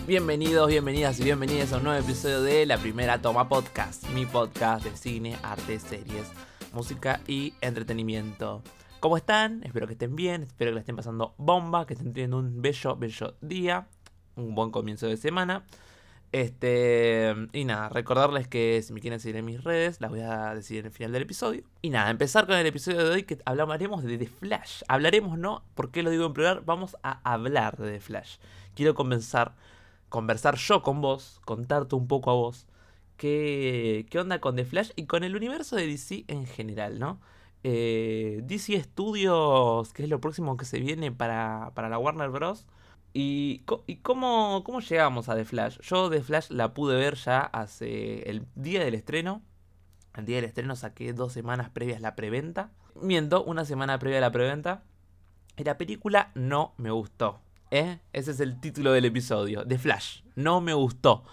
Bienvenidos, bienvenidas y bienvenidas a un nuevo episodio de La Primera Toma Podcast, mi podcast de cine, arte, series, música y entretenimiento. ¿Cómo están? Espero que estén bien, espero que la estén pasando bomba, que estén teniendo un bello día, un buen comienzo de semana. Y nada, recordarles que si me quieren seguir en mis redes, las voy a decir en el final del episodio. Y nada, empezar con el episodio de hoy que hablaremos de The Flash. Hablaremos, ¿no? ¿Por qué lo digo en plural? Vamos a hablar de The Flash. Quiero conversar yo con vos, contarte un poco a vos qué onda con The Flash y con el universo de DC en general, ¿no? DC Studios, que es lo próximo que se viene para la Warner Bros. ¿Y cómo llegamos a The Flash? Yo The Flash la pude ver ya hace el día del estreno. El día del estreno saqué 2 semanas previas la preventa. Miento, una semana previa a la preventa. Y la película no me gustó. Ese es el título del episodio. The Flash. No me gustó.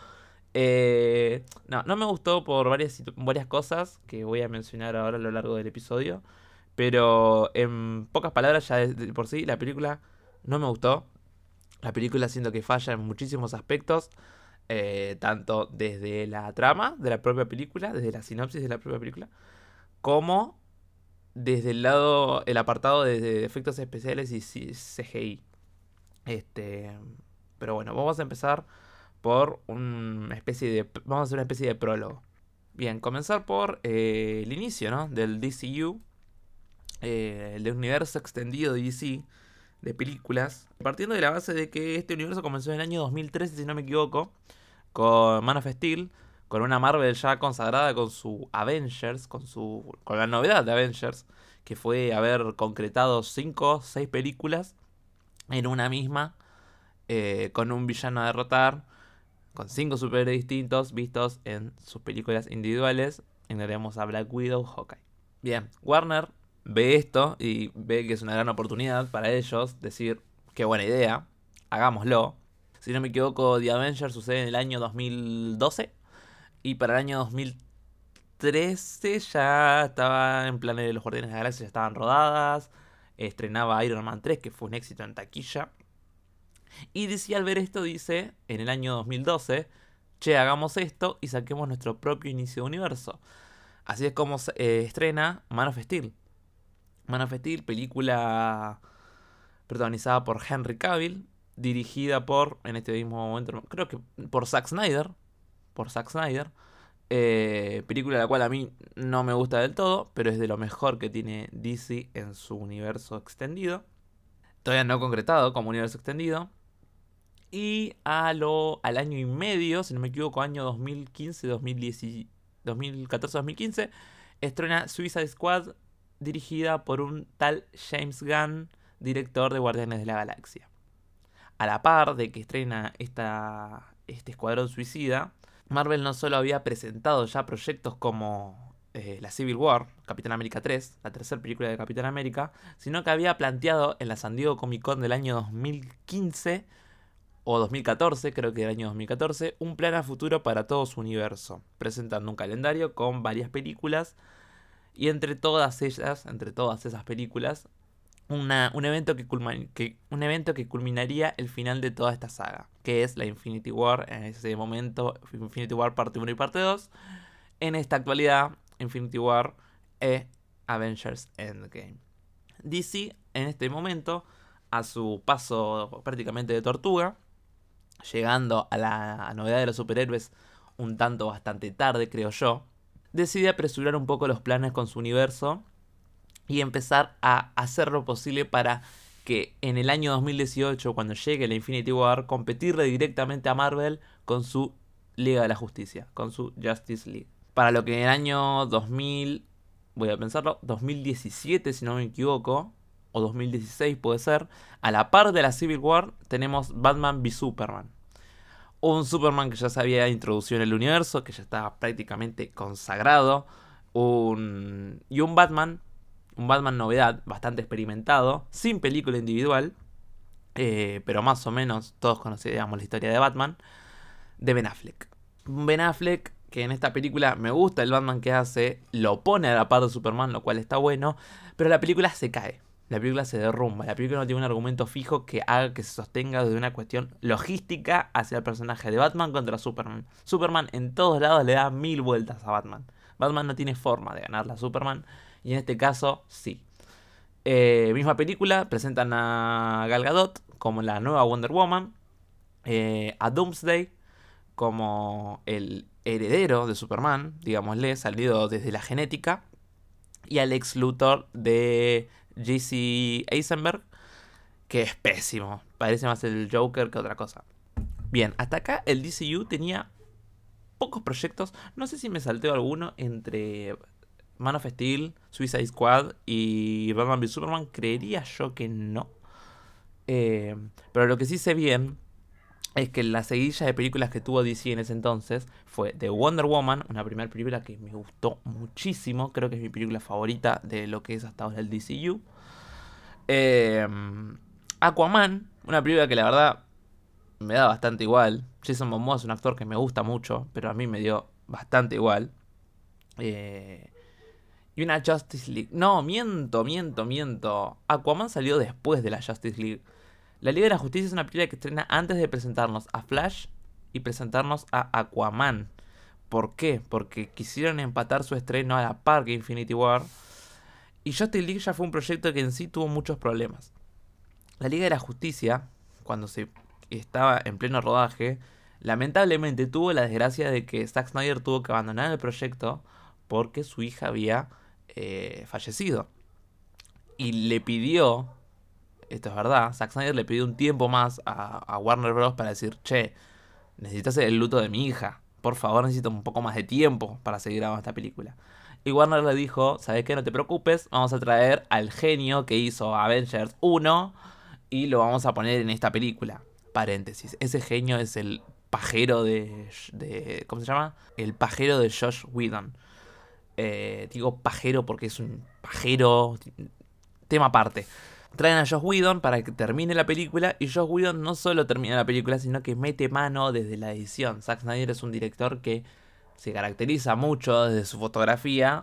No me gustó por varias cosas que voy a mencionar ahora a lo largo del episodio. Pero en pocas palabras, ya de por sí, la película no me gustó. La película siento que falla en muchísimos aspectos. Tanto desde la trama de la propia película, desde la sinopsis de la propia película, como desde el apartado de efectos especiales y CGI. Pero bueno, vamos a empezar por vamos a hacer una especie de prólogo. Bien, comenzar por el inicio, ¿no? Del DCU, el universo extendido de DC, de películas. Partiendo de la base de que este universo comenzó en el año 2013, si no me equivoco, con Man of Steel, con una Marvel ya consagrada con su Avengers, con la novedad de Avengers, que fue haber concretado 5 o 6 películas en una misma, con un villano a derrotar, con 5 superhéroes distintos vistos en sus películas individuales. Ignoremos a Black Widow, Hawkeye. Bien, Warner ve esto y ve que es una gran oportunidad para ellos decir, qué buena idea, hagámoslo. Si no me equivoco, The Avengers sucede en el año 2012 y para el año 2013 ya estaba en planes de los Guardianes de la Galaxia, ya estaban rodadas. Estrenaba Iron Man 3, que fue un éxito en taquilla. Y DC al ver esto dice, en el año 2012, che, hagamos esto y saquemos nuestro propio inicio de universo. Así es como estrena Man of Steel. Man of Steel, película protagonizada por Henry Cavill, dirigida por, en este mismo momento, creo que por Zack Snyder. Película la cual a mí no me gusta del todo, pero es de lo mejor que tiene DC en su universo extendido. Todavía no concretado como universo extendido. Y al año y medio, si no me equivoco, año 2015, 2014-2015, estrena Suicide Squad, dirigida por un tal James Gunn, director de Guardianes de la Galaxia. A la par de que estrena este Escuadrón Suicida, Marvel no solo había presentado ya proyectos como la Civil War, Capitán América 3, la tercera película de Capitán América, sino que había planteado en la San Diego Comic Con del año 2015 o 2014, creo que del año 2014, un plan a futuro para todo su universo, presentando un calendario con varias películas y entre todas esas películas, un evento que culminaría el final de toda esta saga, que es la Infinity War. En ese momento, Infinity War parte 1 y parte 2. En esta actualidad, Infinity War es Avengers Endgame. DC, en este momento, a su paso prácticamente de tortuga, llegando a la novedad de los superhéroes un tanto bastante tarde, creo yo, decide apresurar un poco los planes con su universo y empezar a hacer lo posible para que en el año 2018, cuando llegue la Infinity War, competirle directamente a Marvel con su Liga de la Justicia, con su Justice League. Para lo que en el año 2017, si no me equivoco, o 2016 puede ser, a la par de la Civil War, tenemos Batman v Superman. Un Superman que ya se había introducido en el universo, que ya estaba prácticamente consagrado. Y un Batman novedad, bastante experimentado, sin película individual, pero más o menos todos conocíamos la historia de Batman, de Ben Affleck. Ben Affleck, que en esta película me gusta el Batman que hace, lo pone a la par de Superman, lo cual está bueno, pero la película se cae. la película se derrumba. La película no tiene un argumento fijo que haga que se sostenga desde una cuestión logística hacia el personaje de Batman contra Superman. Superman en todos lados le da 1000 vueltas a Batman. Batman no tiene forma de ganarle a Superman, y en este caso sí. Misma película, presentan a Gal Gadot como la nueva Wonder Woman, a Doomsday como el heredero de Superman, digámosle, salido desde la genética, y al Lex Luthor de Jesse Eisenberg, que es pésimo, parece más el Joker que otra cosa. Bien, hasta acá el DCU tenía pocos proyectos, no sé si me salteo alguno entre Man of Steel, Suicide Squad y Batman v Superman, creería yo que no. Pero lo que sí sé bien es que la seguidilla de películas que tuvo DC en ese entonces fue The Wonder Woman, una primera película que me gustó muchísimo, creo que es mi película favorita de lo que es hasta ahora el DCU. Aquaman, una película que la verdad me da bastante igual. Jason Momoa es un actor que me gusta mucho, pero a mí me dio bastante igual. Y una Justice League. No, miento. Aquaman salió después de la Justice League. La Liga de la Justicia es una película que estrena antes de presentarnos a Flash y presentarnos a Aquaman. ¿Por qué? Porque quisieron empatar su estreno a la par que Infinity War. Y Justice League ya fue un proyecto que en sí tuvo muchos problemas. La Liga de la Justicia, cuando se estaba en pleno rodaje, lamentablemente tuvo la desgracia de que Zack Snyder tuvo que abandonar el proyecto porque su hija había fallecido. Y le pidió, esto es verdad, Zack Snyder le pidió un tiempo más a Warner Bros. Para decir, che, necesitas el luto de mi hija. Por favor, necesito un poco más de tiempo para seguir grabando esta película. Y Warner le dijo, ¿sabes qué? No te preocupes, vamos a traer al genio que hizo Avengers 1 y lo vamos a poner en esta película. Paréntesis, ese genio es el pajero de ¿cómo se llama? El pajero de Josh Whedon. Digo pajero porque es un pajero, tema aparte. Traen a Josh Whedon para que termine la película, y Josh Whedon no solo termina la película, sino que mete mano desde la edición. Zack Snyder es un director que se caracteriza mucho desde su fotografía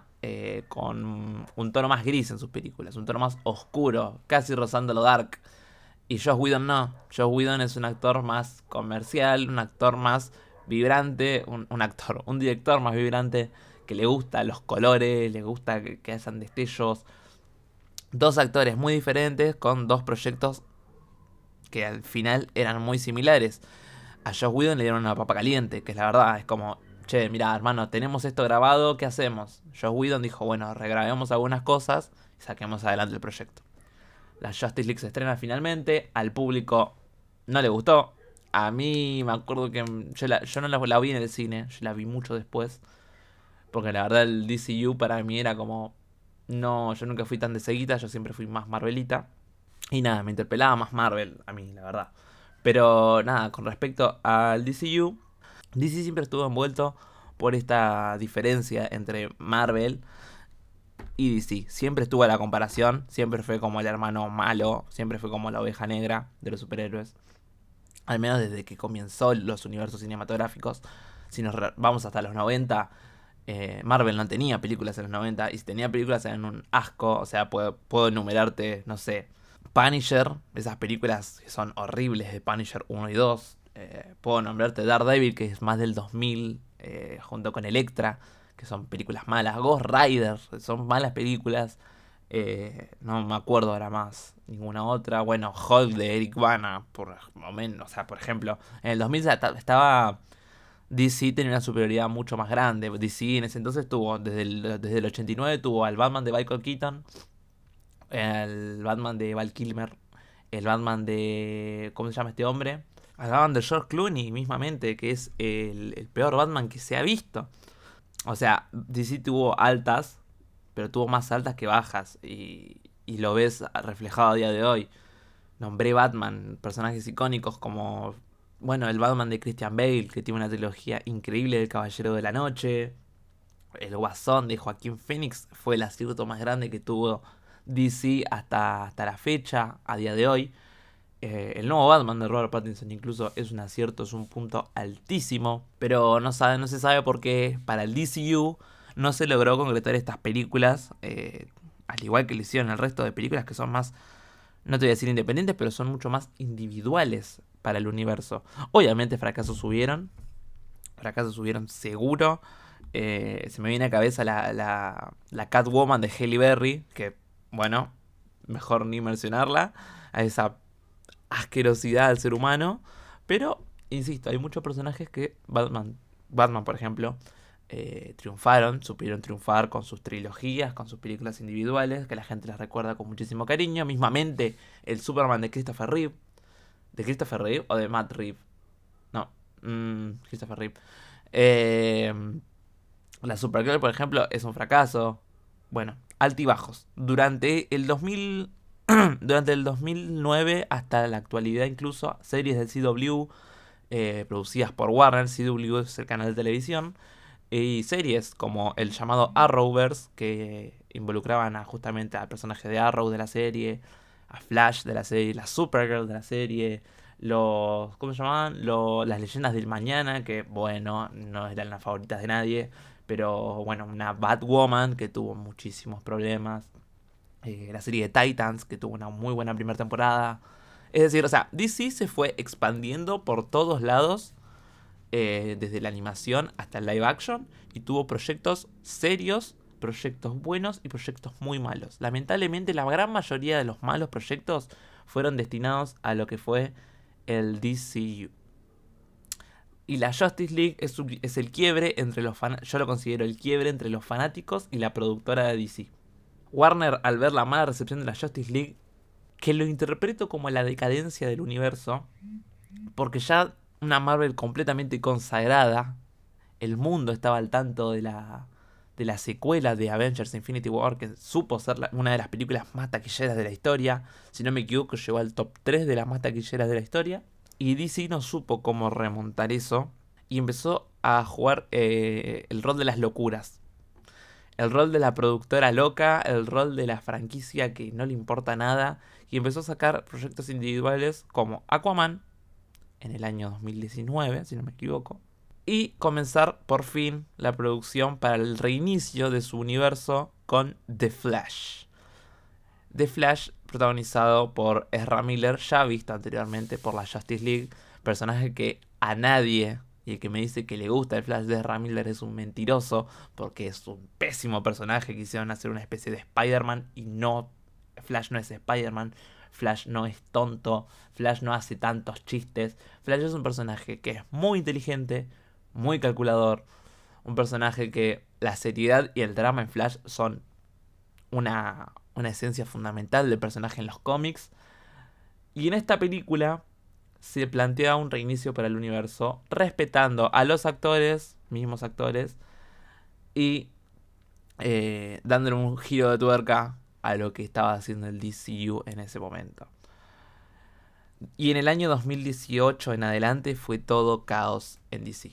con un tono más gris en sus películas, un tono más oscuro, casi rozando lo dark. Y Josh Whedon no. Josh Whedon es un actor más comercial, un actor más vibrante, un director más vibrante, que le gusta los colores, le gusta que hayan destellos. Dos actores muy diferentes con dos proyectos que al final eran muy similares. A Josh Whedon le dieron una papa caliente, que es la verdad, es como, che, mira, hermano, tenemos esto grabado, ¿qué hacemos? Josh Whedon dijo, bueno, regrabemos algunas cosas y saquemos adelante el proyecto. La Justice League se estrena finalmente, al público no le gustó. A mí me acuerdo que yo no la vi en el cine, yo la vi mucho después. Porque la verdad el DCU para mí era como... No, yo nunca fui tan de seguita, yo siempre fui más Marvelita. Y nada, me interpelaba más Marvel a mí, la verdad. Pero nada, con respecto al DCU, DC siempre estuvo envuelto por esta diferencia entre Marvel y DC. Siempre estuvo la comparación, siempre fue como el hermano malo, siempre fue como la oveja negra de los superhéroes. Al menos desde que comenzó los universos cinematográficos. Si nos vamos hasta los 90, Marvel no tenía películas en los 90, y si tenía películas eran un asco. O sea, puedo enumerarte, no sé, Punisher, esas películas que son horribles de Punisher 1 y 2. Puedo nombrarte Daredevil, que es más del 2000, junto con Elektra, que son películas malas. Ghost Rider, son malas películas. No me acuerdo ahora más ninguna otra. Bueno, Hulk de Eric Bana, por momento, o sea, por ejemplo, en el 2000 estaba... DC tenía una superioridad mucho más grande. DC en ese entonces tuvo, desde el 89, tuvo al Batman de Michael Keaton, el Batman de Val Kilmer, el Batman de... ¿cómo se llama este hombre? Al Batman de George Clooney, mismamente, que es el peor Batman que se ha visto. O sea, DC tuvo altas, pero tuvo más altas que bajas, y lo ves reflejado a día de hoy. Nombré Batman, personajes icónicos como... Bueno, el Batman de Christian Bale, que tiene una trilogía increíble del Caballero de la Noche. El Guasón de Joaquín Phoenix fue el acierto más grande que tuvo DC hasta la fecha, a día de hoy. El nuevo Batman de Robert Pattinson incluso es un acierto, es un punto altísimo. Pero no se sabe por qué para el DCU no se logró concretar estas películas al igual que lo hicieron el resto de películas que son más, no te voy a decir independientes, pero son mucho más individuales para el universo. Obviamente fracasos subieron seguro. Se me viene a cabeza la Catwoman de Halle Berry, que, bueno, mejor ni mencionarla, a esa asquerosidad del ser humano. Pero, insisto, hay muchos personajes que Batman por ejemplo, supieron triunfar con sus trilogías, con sus películas individuales, que la gente las recuerda con muchísimo cariño. Mismamente, el Superman de Christopher Reeve. ¿De Christopher Reeve o de Matt Reeve? No, Christopher Reeve. Eh, la Supergirl, por ejemplo, es un fracaso. Bueno, altibajos. Durante el 2000, durante el 2009 hasta la actualidad incluso, series del CW producidas por Warner. CW es el canal de televisión. Y series como el llamado Arrowverse, que involucraban justamente al personaje de Arrow de la serie, a Flash de la serie, la Supergirl de la serie, ¿cómo se llamaban? Las leyendas del mañana, que bueno, no eran las favoritas de nadie, pero bueno, una Batwoman que tuvo muchísimos problemas, la serie de Titans, que tuvo una muy buena primera temporada. Es decir, o sea, DC se fue expandiendo por todos lados, desde la animación hasta el live action, y tuvo proyectos serios, proyectos buenos y proyectos muy malos. Lamentablemente la gran mayoría de los malos proyectos fueron destinados a lo que fue el DCU. Y la Justice League es el quiebre entre los fanáticos. Yo lo considero el quiebre entre los fanáticos y la productora de DC. Warner, al ver la mala recepción de la Justice League, que lo interpreto como la decadencia del universo, porque ya una Marvel completamente consagrada, el mundo estaba al tanto de la secuela de Avengers Infinity War, que supo ser una de las películas más taquilleras de la historia. Si no me equivoco, llegó al top 3 de las más taquilleras de la historia. Y DC no supo cómo remontar eso y empezó a jugar el rol de las locuras. El rol de la productora loca, el rol de la franquicia que no le importa nada. Y empezó a sacar proyectos individuales como Aquaman, en el año 2019, si no me equivoco. Y comenzar por fin la producción para el reinicio de su universo con The Flash. The Flash, protagonizado por Ezra Miller, ya visto anteriormente por la Justice League, personaje que a nadie, y el que me dice que le gusta el Flash de Ezra Miller es un mentiroso, porque es un pésimo personaje. Quisieron hacer una especie de Spider-Man y no, Flash no es Spider-Man. Flash no es tonto, Flash no hace tantos chistes. Flash es un personaje que es muy inteligente, muy calculador, un personaje que la seriedad y el drama en Flash son una esencia fundamental del personaje en los cómics. Y en esta película se plantea un reinicio para el universo, respetando a los actores, mismos actores, y dándole un giro de tuerca a lo que estaba haciendo el DCU en ese momento. Y en el año 2018 en adelante fue todo caos en DC.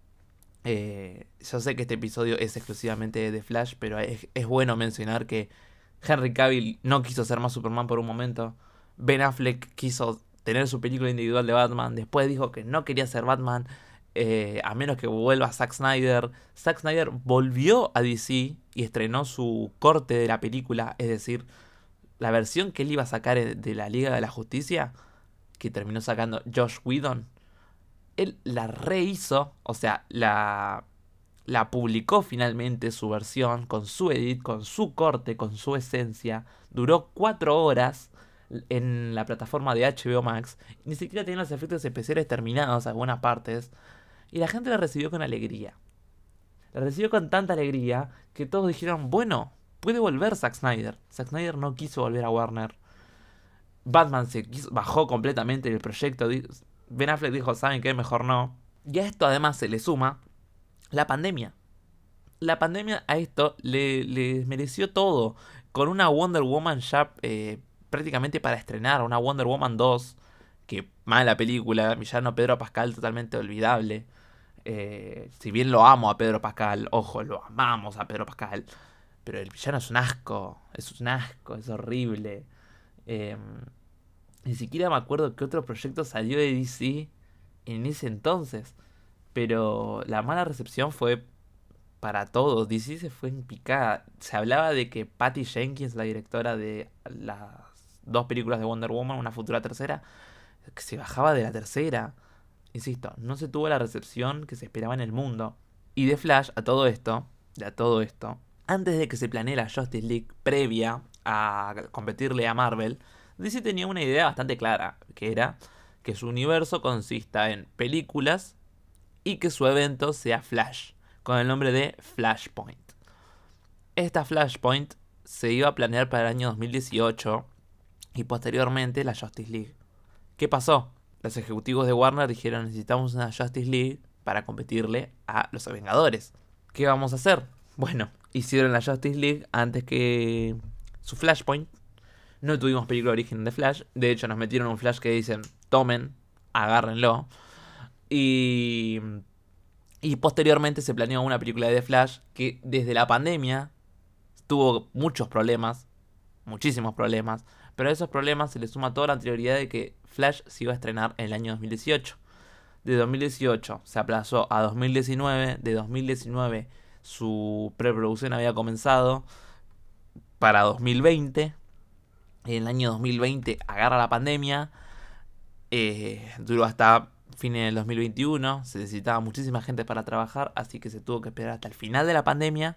Yo sé que este episodio es exclusivamente de Flash, pero es bueno mencionar que Henry Cavill no quiso ser más Superman por un momento. Ben Affleck quiso tener su película individual de Batman. Después dijo que no quería ser Batman, a menos que vuelva Zack Snyder. Zack Snyder volvió a DC y estrenó su corte de la película, es decir, la versión que él iba a sacar de la Liga de la Justicia, que terminó sacando Josh Whedon. Él la rehizo, o sea, la publicó finalmente su versión, con su edit, con su corte, con su esencia. Duró 4 horas en la plataforma de HBO Max. Ni siquiera tenía los efectos especiales terminados algunas partes. Y la gente la recibió con alegría. La recibió con tanta alegría que todos dijeron, bueno, puede volver Zack Snyder. Zack Snyder no quiso volver a Warner. Batman bajó completamente del proyecto. Ben Affleck dijo, ¿saben qué? Mejor no. Y a esto además se le suma la pandemia. La pandemia a esto le mereció todo. Con una Wonder Woman ya prácticamente para estrenar. Una Wonder Woman 2. Que mala película. Villano Pedro Pascal totalmente olvidable. Si bien lo amo a Pedro Pascal. Ojo, lo amamos a Pedro Pascal. Pero el villano es un asco. Es un asco. Es horrible. Ni siquiera me acuerdo qué otro proyecto salió de DC en ese entonces. Pero la mala recepción fue para todos. DC se fue en picada. Se hablaba de que Patty Jenkins, la directora de las 2 películas de Wonder Woman, una futura tercera, que se bajaba de la tercera. Insisto, no se tuvo la recepción que se esperaba en el mundo. Y de Flash, a todo esto, antes de que se planee la Justice League previa a competirle a Marvel, DC tenía una idea bastante clara, que era que su universo consista en películas y que su evento sea Flash, con el nombre de Flashpoint. Esta Flashpoint se iba a planear para el año 2018 y posteriormente la Justice League. ¿Qué pasó? Los ejecutivos de Warner dijeron: necesitamos una Justice League para competirle a los Vengadores. ¿Qué vamos a hacer? Bueno, hicieron la Justice League antes que su Flashpoint. No tuvimos película de origen de Flash. De hecho, nos metieron un Flash que dicen: tomen, agárrenlo. Y posteriormente se planeó una película de The Flash que desde la pandemia tuvo muchos problemas, muchísimos problemas, pero a esos problemas se le suma toda la anterioridad de que Flash se iba a estrenar en el año 2018. De 2018 se aplazó a 2019, de 2019 su preproducción había comenzado para 2020, en el año 2020 agarra la pandemia, duró hasta fines del 2021, se necesitaba muchísima gente para trabajar, así que se tuvo que esperar hasta el final de la pandemia.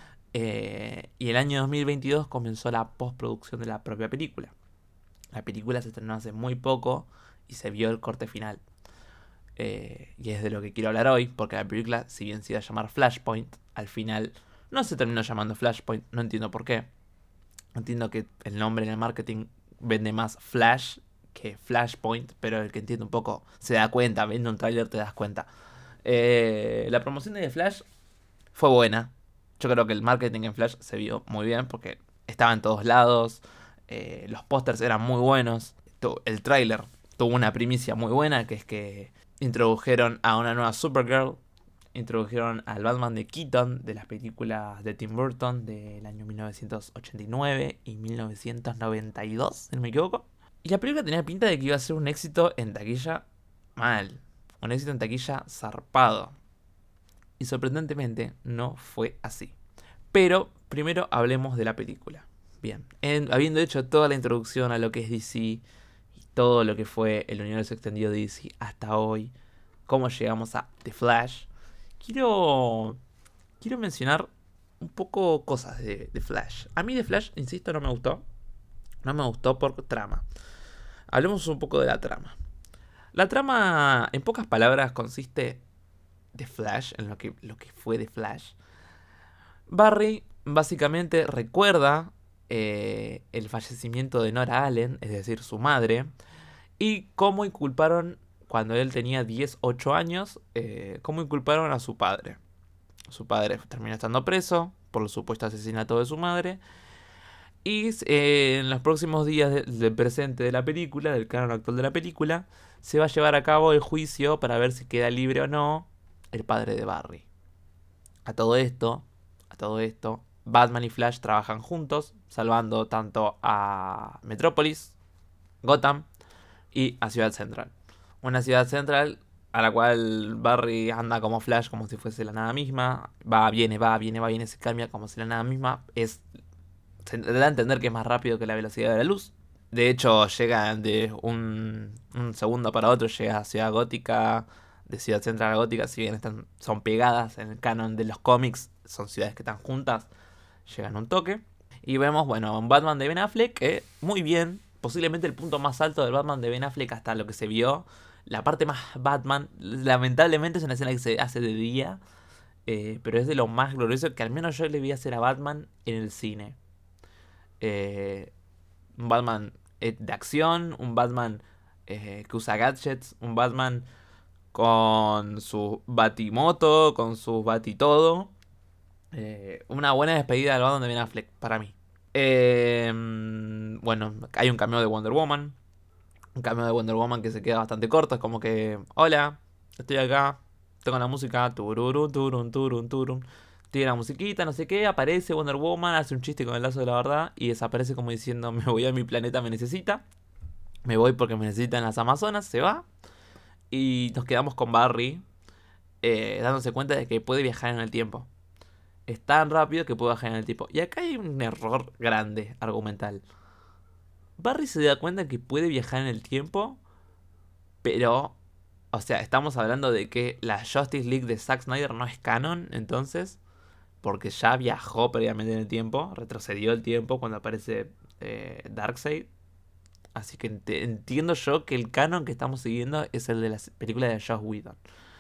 Y el año 2022 comenzó la postproducción de la propia película. La película se estrenó hace muy poco y se vio el corte final. Y es de lo que quiero hablar hoy, porque la película, si bien se iba a llamar Flashpoint, al final no se terminó llamando Flashpoint, no entiendo por qué. Entiendo que el nombre en el marketing vende más Flash que Flashpoint, pero el que entiende un poco se da cuenta, viendo un tráiler te das cuenta. La promoción de The Flash fue buena. Yo creo que el marketing en Flash se vio muy bien porque estaba en todos lados. Los pósters eran muy buenos. El tráiler tuvo una primicia muy buena, que es que introdujeron a una nueva Supergirl. Introdujeron al Batman de Keaton de las películas de Tim Burton del año 1989 y 1992, si no me equivoco. Y la película tenía pinta de que iba a ser un éxito en taquilla mal. Un éxito en taquilla zarpado. Y sorprendentemente no fue así. Pero primero hablemos de la película. Bien, habiendo hecho toda la introducción a lo que es DC y todo lo que fue el universo extendido de DC hasta hoy, cómo llegamos a The Flash, quiero mencionar un poco cosas de Flash. A mí The Flash, insisto, no me gustó. No me gustó por trama. Hablemos un poco de la trama. La trama, en pocas palabras, consiste de Flash, en lo que fue The Flash. Barry básicamente recuerda el fallecimiento de Nora Allen, es decir, su madre, y cómo inculparon, cuando él tenía 8 años, cómo inculparon a su padre. Su padre terminó estando preso por el supuesto asesinato de su madre. Y en los próximos días del presente de la película, del canon actual de la película, se va a llevar a cabo el juicio para ver si queda libre o no el padre de Barry. A todo esto, Batman y Flash trabajan juntos, salvando tanto a Metrópolis, Gotham y a Ciudad Central. Una ciudad central a la cual Barry anda como Flash, como si fuese la nada misma. Viene, se cambia como si la nada misma. Se da a entender que es más rápido que la velocidad de la luz. De hecho, llega de un segundo para otro, llega a Ciudad Gótica, de Ciudad Central a Gótica, si bien son pegadas en el canon de los cómics, son ciudades que están juntas, llegan un toque. Y vemos, bueno, un Batman de Ben Affleck, que muy bien, posiblemente el punto más alto del Batman de Ben Affleck hasta lo que se vio. La parte más Batman, lamentablemente es una escena que se hace de día, pero es de lo más glorioso que al menos yo le vi hacer a Batman en el cine. Un Batman de acción, un Batman que usa gadgets, un Batman con su batimoto, con su batitodo. Una buena despedida del Batman de Ben Affleck, para mí. Bueno, hay un cameo de Wonder Woman. Un cameo de Wonder Woman que se queda bastante corto. Es como que, hola, estoy acá, tengo la música, tururun, turun, turun, turun. Tiene la musiquita, no sé qué, aparece Wonder Woman, hace un chiste con el lazo de la verdad y desaparece como diciendo: me voy a mi planeta, me necesita. Me voy porque me necesitan las Amazonas, se va. Y nos quedamos con Barry dándose cuenta de que puede viajar en el tiempo. es tan rápido que puede viajar en el tiempo. Y acá hay un error grande argumental. Barry se da cuenta que puede viajar en el tiempo, pero, o sea, estamos hablando de que la Justice League de Zack Snyder no es canon, entonces, porque ya viajó previamente en el tiempo, retrocedió el tiempo cuando aparece Darkseid. Así que entiendo yo que el canon que estamos siguiendo es el de las películas de Joss Whedon.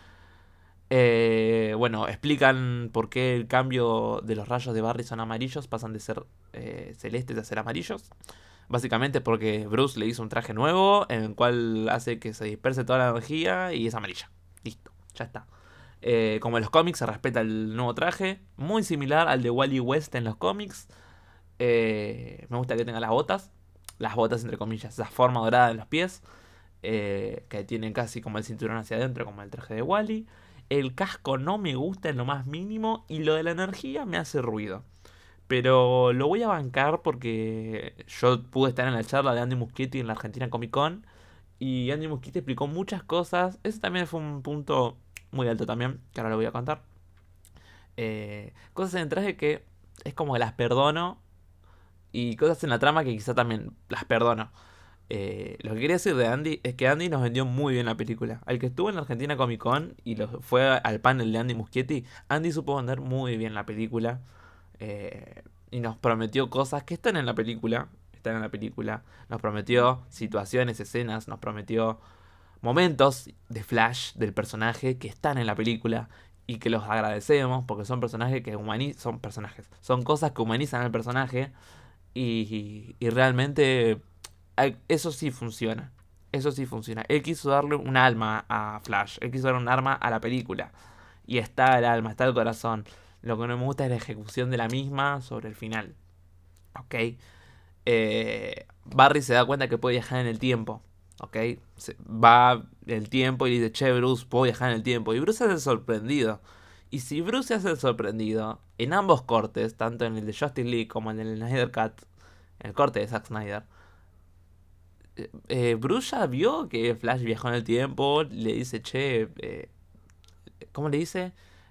Bueno, explican por qué el cambio de los rayos de Barry son amarillos, pasan de ser celestes a ser amarillos. Básicamente porque Bruce le hizo un traje nuevo en el cual hace que se disperse toda la energía y es amarilla. Listo, ya está. Como en los cómics se respeta el nuevo traje, muy similar al de Wally West en los cómics. Me gusta que tenga las botas entre comillas, esa forma dorada en los pies, que tienen casi como el cinturón hacia adentro, como el traje de Wally. El casco no me gusta en lo más mínimo y lo de la energía me hace ruido. Pero lo voy a bancar porque yo pude estar en la charla de Andy Muschietti en la Argentina Comic Con y Andy Muschietti explicó muchas cosas. Ese también fue un punto muy alto también, que ahora lo voy a contar. Cosas en el traje que es como que las perdono y cosas en la trama que quizá también las perdono. Lo que quería decir de Andy es que Andy nos vendió muy bien la película. Al que estuvo en la Argentina Comic Con y fue al panel de Andy Muschietti, Andy supo vender muy bien la película. Y nos prometió cosas que están en la película. Están en la película. Nos prometió situaciones, escenas. Nos prometió momentos de flash del personaje que están en la película. Y que los agradecemos porque son personajes que son personajes. Son cosas que humanizan al personaje. Y realmente eso sí funciona. Eso sí funciona. Él quiso darle un alma a Flash. Él quiso darle un arma a la película. Y está el alma, está el corazón. Lo que no me gusta es la ejecución de la misma sobre el final. ¿Ok? Barry se da cuenta que puede viajar en el tiempo. ¿Ok? Va el tiempo y dice, che, Bruce, puedo viajar en el tiempo. Y Bruce se hace sorprendido. Y si Bruce se hace el sorprendido, en ambos cortes, tanto en el de Justice League como en el Snyder Cut, en el corte de Zack Snyder, Bruce ya vio que Flash viajó en el tiempo, le dice, che, ¿cómo le dice?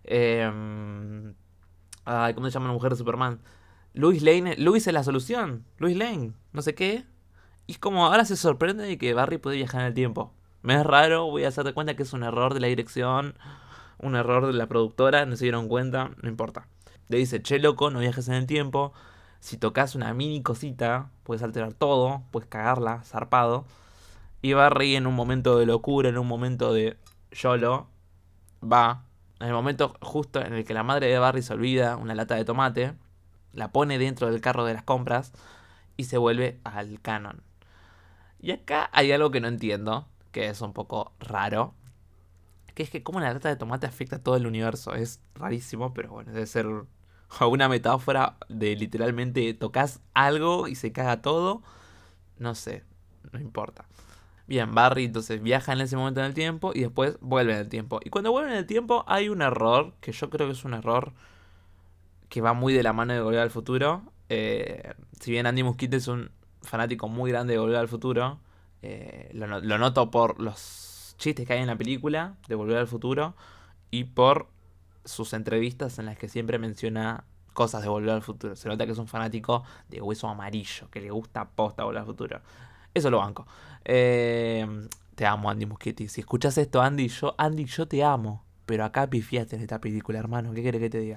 ¿Cómo se llama la mujer de Superman? Lois es la solución, Lois Lane, no sé qué. Y es como, ahora se sorprende de que Barry puede viajar en el tiempo. Me es raro, voy a hacerte cuenta que es un error de la dirección, un error de la productora, no se dieron cuenta, no importa. Le dice, che loco, no viajes en el tiempo. Si tocas una mini cosita, puedes alterar todo, puedes cagarla, zarpado. Y Barry en un momento de locura, en un momento de YOLO, va. En el momento justo en el que la madre de Barry se olvida una lata de tomate, la pone dentro del carro de las compras y se vuelve al canon. Y acá hay algo que no entiendo, que es un poco raro, que es que como una lata de tomate afecta a todo el universo. Es rarísimo, pero bueno, debe ser una metáfora de literalmente tocas algo y se caga todo. No sé, no importa. Bien, Barry entonces viaja en ese momento en el tiempo y después vuelve en el tiempo. Y cuando vuelve en el tiempo hay un error, que yo creo que es un error que va muy de la mano de Volver al Futuro. Si bien Andy Muschietti es un fanático muy grande de Volver al Futuro, lo noto por los chistes que hay en la película de Volver al Futuro y por sus entrevistas en las que siempre menciona cosas de Volver al Futuro. Se nota que es un fanático de Hueso Amarillo, que le gusta posta Volver al Futuro. Eso lo banco. Te amo, Andy Muschietti. Si escuchas esto, Andy, yo te amo. Pero acá pifiaste en esta película, hermano. ¿Qué querés que te diga?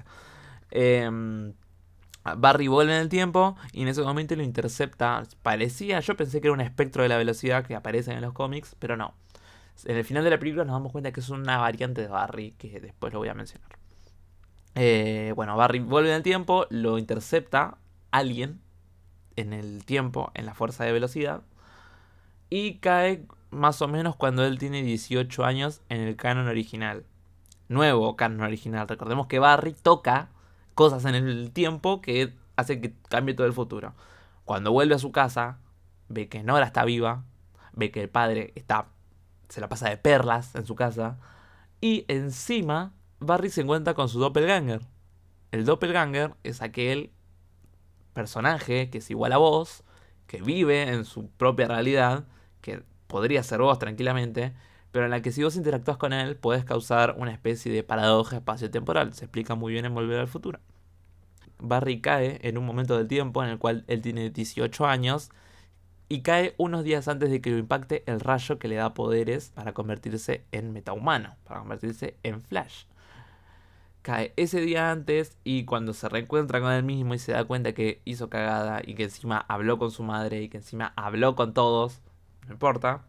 Barry vuelve en el tiempo y en ese momento lo intercepta. Parecía, yo pensé que era un espectro de la velocidad que aparece en los cómics, pero no. En el final de la película nos damos cuenta que es una variante de Barry, que después lo voy a mencionar. Bueno, Barry vuelve en el tiempo, lo intercepta alguien en el tiempo, en la fuerza de velocidad, y cae más o menos cuando él tiene 18 años en el canon original. Nuevo canon original. Recordemos que Barry toca cosas en el tiempo que hacen que cambie todo el futuro. Cuando vuelve a su casa, ve que Nora está viva, ve que el padre se la pasa de perlas en su casa, y encima Barry se encuentra con su doppelganger. El doppelganger es aquel personaje que es igual a vos, que vive en su propia realidad, que podría ser vos tranquilamente, pero en la que si vos interactúas con él, podés causar una especie de paradoja espaciotemporal. Se explica muy bien en Volver al Futuro. Barry cae en un momento del tiempo en el cual él tiene 18 años y cae unos días antes de que lo impacte el rayo que le da poderes para convertirse en metahumano, para convertirse en Flash. Cae ese día antes y cuando se reencuentra con él mismo y se da cuenta que hizo cagada y que encima habló con su madre y que encima habló con todos, no importa,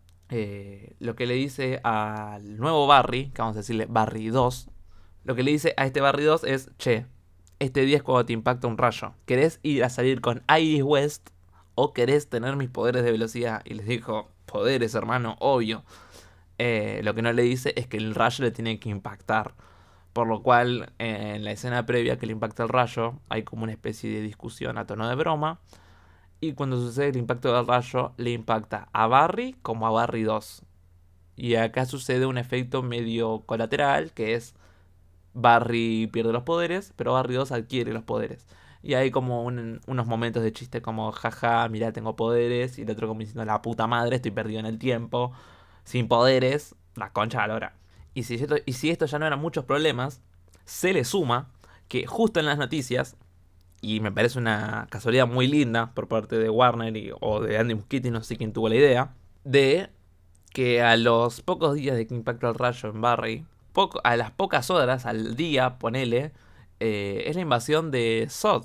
lo que le dice al nuevo Barry, que vamos a decirle Barry 2, lo que le dice a este Barry 2 es, che, este día es cuando te impacta un rayo. ¿Querés ir a salir con Iris West o querés tener mis poderes de velocidad? Y les dijo, poderes, hermano, obvio. Lo que no le dice es que el rayo le tiene que impactar. Por lo cual, en la escena previa que le impacta el rayo, hay como una especie de discusión a tono de broma. Y cuando sucede el impacto del rayo, le impacta a Barry como a Barry 2. Y acá sucede un efecto medio colateral, que es Barry pierde los poderes, pero Barry 2 adquiere los poderes. Y hay como unos momentos de chiste como, jaja, mirá, tengo poderes. Y el otro como diciendo, la puta madre, estoy perdido en el tiempo. Sin poderes, la concha de la lora. Y si esto ya no eran muchos problemas, se le suma que justo en las noticias, y me parece una casualidad muy linda por parte de Warner o de Andy Muschietti, no sé quién tuvo la idea, de que a los pocos días de que impactó el rayo en Barry, a las pocas horas, al día, ponele, es la invasión de Zod,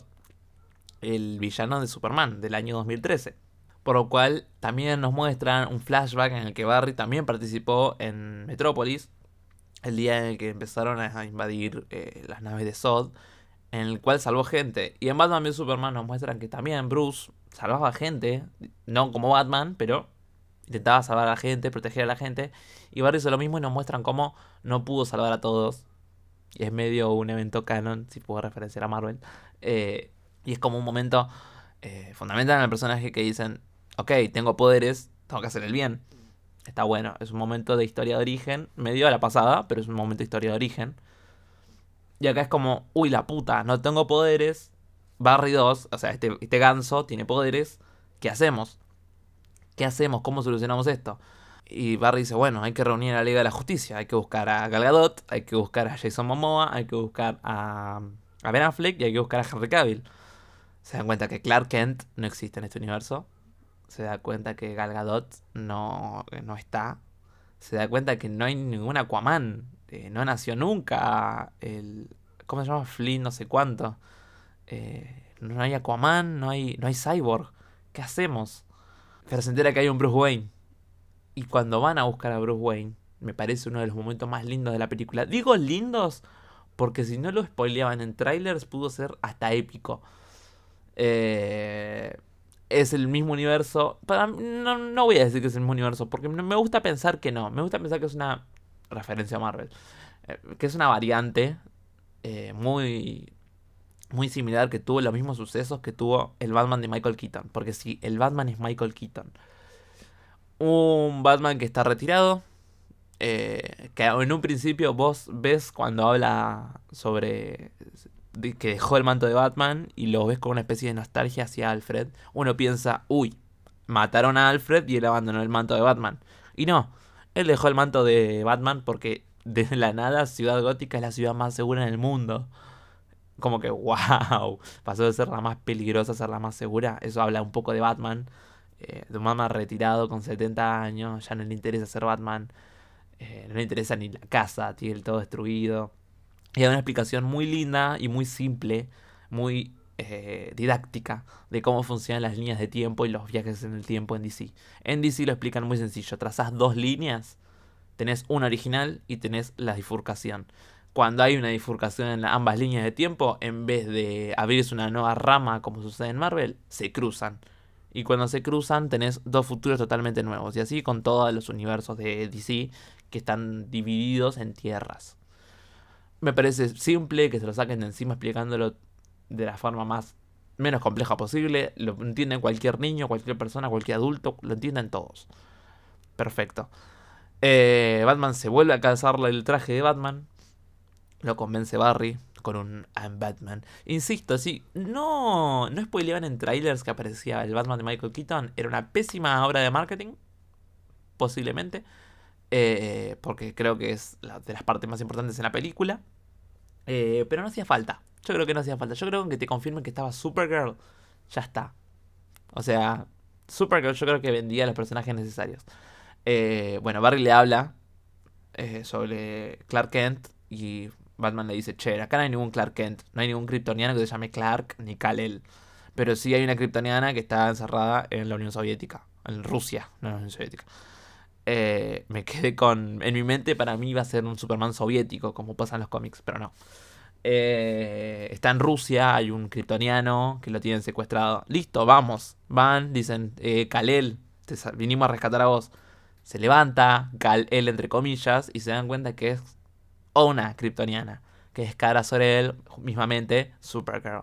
el villano de Superman del año 2013. Por lo cual también nos muestran un flashback en el que Barry también participó en Metrópolis, el día en el que empezaron a invadir las naves de Zod, en el cual salvó gente. Y en Batman v Superman nos muestran que también Bruce salvaba gente, no como Batman, pero intentaba salvar a la gente, proteger a la gente. Y Barry hizo lo mismo y nos muestran cómo no pudo salvar a todos. Y es medio un evento canon, si puedo referenciar a Marvel. Y es como un momento fundamental en el personaje que dicen, ok, tengo poderes, tengo que hacer el bien. Está bueno, es un momento de historia de origen, medio a la pasada, pero es un momento de historia de origen. Y acá es como, uy, la puta, no tengo poderes. Barry 2, o sea, este ganso tiene poderes. ¿Qué hacemos? ¿Qué hacemos? ¿Cómo solucionamos esto? Y Barry dice, bueno, hay que reunir a la Liga de la Justicia. Hay que buscar a Gal Gadot, hay que buscar a Jason Momoa, hay que buscar a Ben Affleck y hay que buscar a Henry Cavill. Se dan cuenta que Clark Kent no existe en este universo. Se da cuenta que Gal Gadot no está. Se da cuenta que no hay ningún Aquaman. No nació nunca ¿cómo se llama? Flynn no sé cuánto. No hay Aquaman, no hay Cyborg. ¿Qué hacemos? Pero se entera que hay un Bruce Wayne. Y cuando van a buscar a Bruce Wayne, me parece uno de los momentos más lindos de la película. Digo lindos porque si no lo spoileaban en trailers pudo ser hasta épico. Es el mismo universo. No voy a decir que es el mismo universo, porque me gusta pensar que no. Me gusta pensar que es una referencia a Marvel. Que es una variante muy, muy similar, que tuvo los mismos sucesos que tuvo el Batman de Michael Keaton. Porque si el Batman es Michael Keaton. Un Batman que está retirado. Que en un principio vos ves cuando habla sobre que dejó el manto de Batman y lo ves con una especie de nostalgia hacia Alfred. Uno piensa, uy, mataron a Alfred y él abandonó el manto de Batman. Y no, él dejó el manto de Batman porque de la nada Ciudad Gótica es la ciudad más segura en el mundo. Como que, wow, pasó de ser la más peligrosa a ser la más segura. Eso habla un poco de Batman. De un Batman retirado con 70 años, ya no le interesa ser Batman. No le interesa ni la casa, tiene todo destruido. Y hay una explicación muy linda y muy simple, muy didáctica de cómo funcionan las líneas de tiempo y los viajes en el tiempo en DC. En DC lo explican muy sencillo. Trazás dos líneas, tenés una original y tenés la bifurcación. Cuando hay una bifurcación en ambas líneas de tiempo, en vez de abrirse una nueva rama como sucede en Marvel, se cruzan. Y cuando se cruzan tenés dos futuros totalmente nuevos. Y así con todos los universos de DC que están divididos en tierras. Me parece simple que se lo saquen de encima explicándolo de la forma menos compleja posible. Lo entiende cualquier niño, cualquier persona, cualquier adulto. Lo entienden todos. Perfecto. Batman se vuelve a calzarle el traje de Batman. Lo convence Barry con un I'm Batman. Insisto, sí, no spoileaban en trailers que aparecía el Batman de Michael Keaton. Era una pésima obra de marketing. Posiblemente. Porque creo que es de las partes más importantes en la película. Pero no hacía falta. Yo creo que no hacía falta. Yo creo que te confirmen que estaba Supergirl, ya está. O sea, Supergirl yo creo que vendía los personajes necesarios. Bueno, Barry le habla sobre Clark Kent y Batman le dice, che, acá no hay ningún Clark Kent, no hay ningún kryptoniano que se llame Clark ni Kal-El. Pero sí hay una kryptoniana que está encerrada en la Unión Soviética, en Rusia, no en la Unión Soviética. Me quedé con... En mi mente para mí iba a ser un Superman soviético, como pasa en los cómics, pero no. Está en Rusia, hay un kryptoniano que lo tienen secuestrado. Listo, vamos. Van, dicen, Kal-El, vinimos a rescatar a vos. Se levanta, Kal-El entre comillas, y se dan cuenta que es una kryptoniana, que es Kara Zor-El, mismamente Supergirl.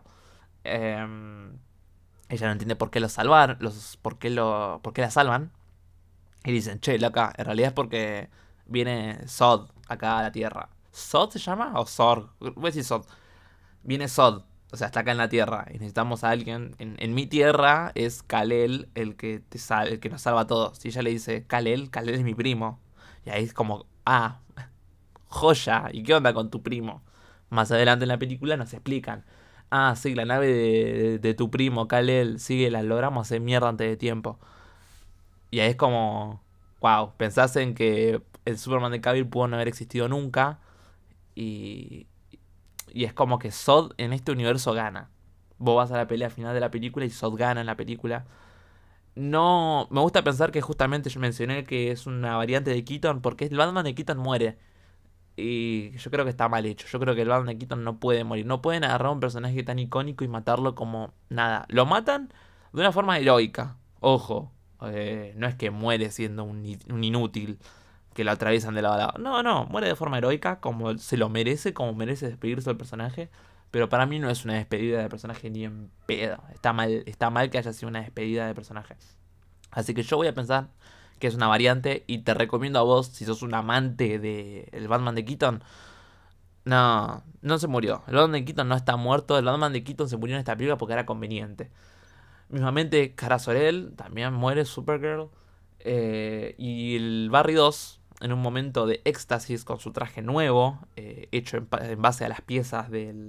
Ella no entiende por qué lo salvar, por qué la salvan. Y dicen, che, loca, en realidad es porque viene Zod acá a la Tierra. ¿Zod se llama? ¿O Zor? Voy a decir Zod. Viene Zod, o sea, está acá en la Tierra. Y necesitamos a alguien. En mi Tierra es Kal-El el que el que nos salva a todos. Y ella le dice, Kal-El es mi primo. Y ahí es como, joya. ¿Y qué onda con tu primo? Más adelante en la película nos explican. Ah, sí, la nave de tu primo, Kal-El, sí, la logramos hacer mierda antes de tiempo. Y ahí es como, wow, pensás en que el Superman de Cavill pudo no haber existido nunca. Y, y es como que Zod en este universo gana. Vos vas a la pelea final de la película y Zod gana en la película. No, me gusta pensar que justamente yo mencioné que es una variante de Keaton porque el Batman de Keaton muere. Y yo creo que está mal hecho. Yo creo que el Batman de Keaton no puede morir. No pueden agarrar a un personaje tan icónico y matarlo como nada. Lo matan de una forma heroica. Ojo. No es que muere siendo un inútil que lo atraviesan de lado a lado. No, no. Muere de forma heroica como se lo merece. Como merece despedirse del personaje. Pero para mí no es una despedida de personaje ni en pedo. Está mal que haya sido una despedida de personaje. Así que yo voy a pensar que es una variante y te recomiendo a vos, si sos un amante del Batman de Keaton, no, no se murió. El Batman de Keaton no está muerto, el Batman de Keaton se murió en esta película porque era conveniente. Mismamente, Kara Zor-El también muere, Supergirl. Y el Barry 2, en un momento de éxtasis con su traje nuevo, hecho en base a las piezas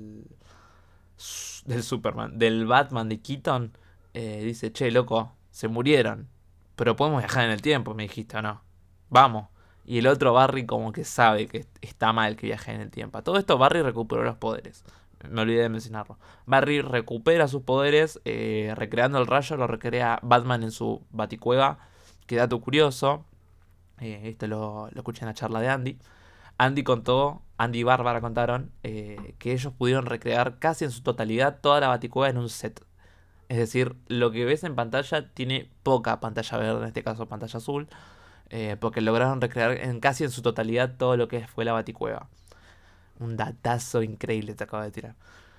del Superman, del Batman de Keaton, dice, che, loco, se murieron. Pero podemos viajar en el tiempo, me dijiste, ¿o no? Vamos. Y el otro Barry como que sabe que está mal que viaje en el tiempo. A todo esto Barry recuperó los poderes. Me olvidé de mencionarlo. Barry recupera sus poderes, recreando el rayo, lo recrea Batman en su baticueva. Que dato curioso, esto lo escuché en la charla de Andy. Andy y Bárbara contaron que ellos pudieron recrear casi en su totalidad toda la baticueva en un set. Es decir, lo que ves en pantalla tiene poca pantalla verde, en este caso pantalla azul, porque lograron recrear casi en su totalidad todo lo que fue la baticueva. Un datazo increíble te acabo de tirar.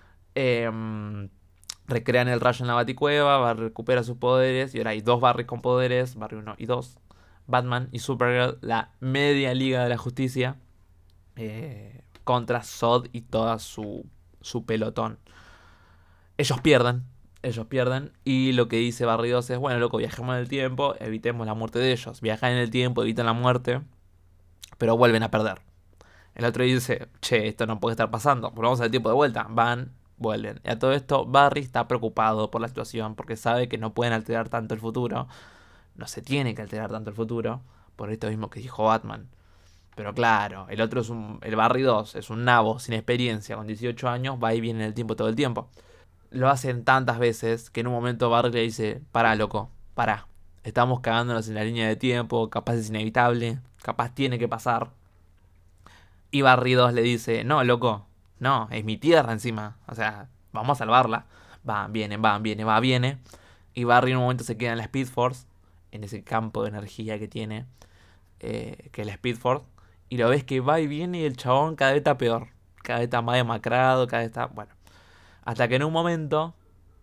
Recrean el rayo en la baticueva, recupera sus poderes y ahora hay dos Barrys con poderes, Barry 1 y 2. Batman y Supergirl, la media liga de la justicia, contra Zod y toda su pelotón. Ellos pierden y lo que dice Barry 2 es, bueno, loco, viajemos en el tiempo, evitemos la muerte de ellos. Viajan en el tiempo, evitan la muerte, pero vuelven a perder. El otro dice, che, esto no puede estar pasando, volvamos al tiempo de vuelta. Van, vuelven. Y a todo esto, Barry está preocupado por la situación porque sabe que no pueden alterar tanto el futuro. No se tiene que alterar tanto el futuro, por esto mismo que dijo Batman. Pero claro, el otro el Barry 2 es un nabo sin experiencia, con 18 años, va y viene en el tiempo todo el tiempo. Lo hacen tantas veces que en un momento Barry le dice, pará, loco, pará. Estamos cagándonos en la línea de tiempo, capaz es inevitable, capaz tiene que pasar. Y Barry 2 le dice, no, loco, no, es mi tierra encima. O sea, vamos a salvarla. Va, viene. Y Barry en un momento se queda en la Speed Force, en ese campo de energía que tiene, que es la Speed Force. Y lo ves que va y viene y el chabón cada vez está peor. Cada vez está más demacrado, cada vez está... Bueno. Hasta que en un momento,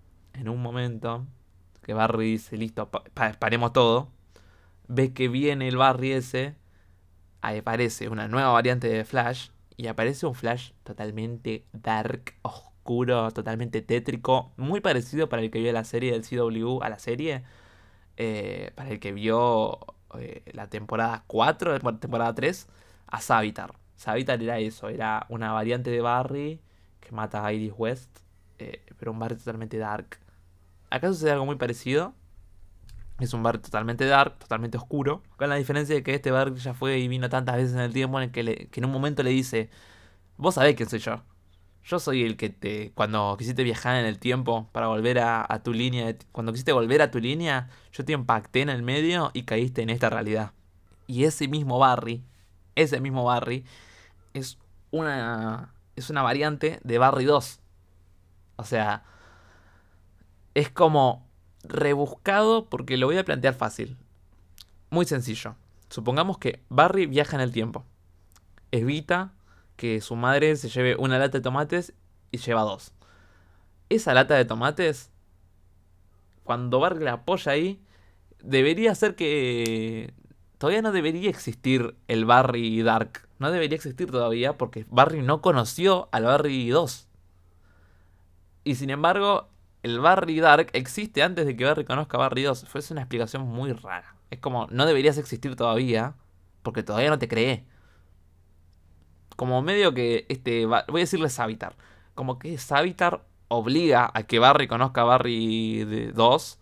que Barry dice, listo, paremos todo, ves que viene el Barry ese, ahí aparece una nueva variante de Flash, y aparece un Flash totalmente dark, oscuro, totalmente tétrico, muy parecido para el que vio la serie del CW a la serie, para el que vio la temporada 4, la temporada 3, a Savitar. Savitar era eso, era una variante de Barry que mata a Iris West, pero un barrio totalmente dark. Acá sucede algo muy parecido. Es un barrio totalmente dark, totalmente oscuro, con la diferencia de que este barrio ya fue y vino tantas veces en el tiempo en el que en un momento le dice: vos sabés quién soy yo. Yo soy el que cuando quisiste viajar en el tiempo para volver a tu línea, cuando quisiste volver a tu línea, yo te impacté en el medio y caíste en esta realidad. Y ese mismo Barry, es una variante de Barry 2. O sea, es como rebuscado porque lo voy a plantear fácil. Muy sencillo. Supongamos que Barry viaja en el tiempo. Evita que su madre se lleve una lata de tomates y lleva dos. Esa lata de tomates, cuando Barry la apoya ahí, debería ser que todavía no debería existir el Barry Dark. No debería existir todavía porque Barry no conoció al Barry 2. Y sin embargo, el Barry Dark existe antes de que Barry conozca a Barry 2. Fue una explicación muy rara. Es como, no deberías existir todavía porque todavía no te creé. Como medio que voy a decirle Savitar. Como que Savitar obliga a que Barry conozca a Barry 2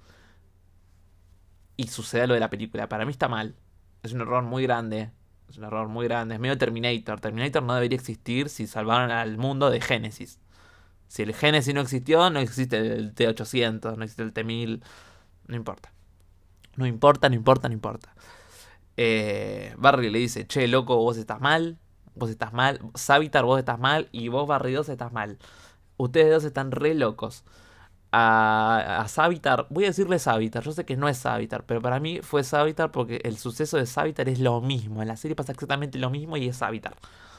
y suceda lo de la película. Para mí está mal. Es un error muy grande. Es un error muy grande. Es medio Terminator. Terminator no debería existir si salvaron al mundo de Génesis. Si el Génesis no existió, no existe el T-800, no existe el T-1000. No importa. No importa, no importa, no importa. Barry le dice: che, loco, vos estás mal. Vos estás mal. Savitar, vos estás mal. Y vos, Barry 2, estás mal. Ustedes dos están re locos. A Savitar, voy a decirle Savitar, yo sé que no es Savitar, pero para mí fue Savitar porque el suceso de Savitar es lo mismo. En la serie pasa exactamente lo mismo y es Savitar.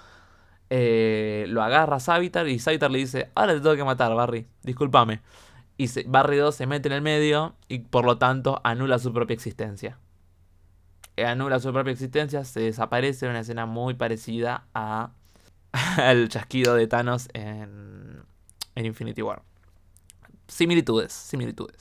Lo agarra a Savitar y Savitar le dice: ahora te tengo que matar, Barry, discúlpame. Y Barry 2 se mete en el medio y por lo tanto anula su propia existencia. Anula su propia existencia, se desaparece en una escena muy parecida al chasquido de Thanos en Infinity War. Similitudes.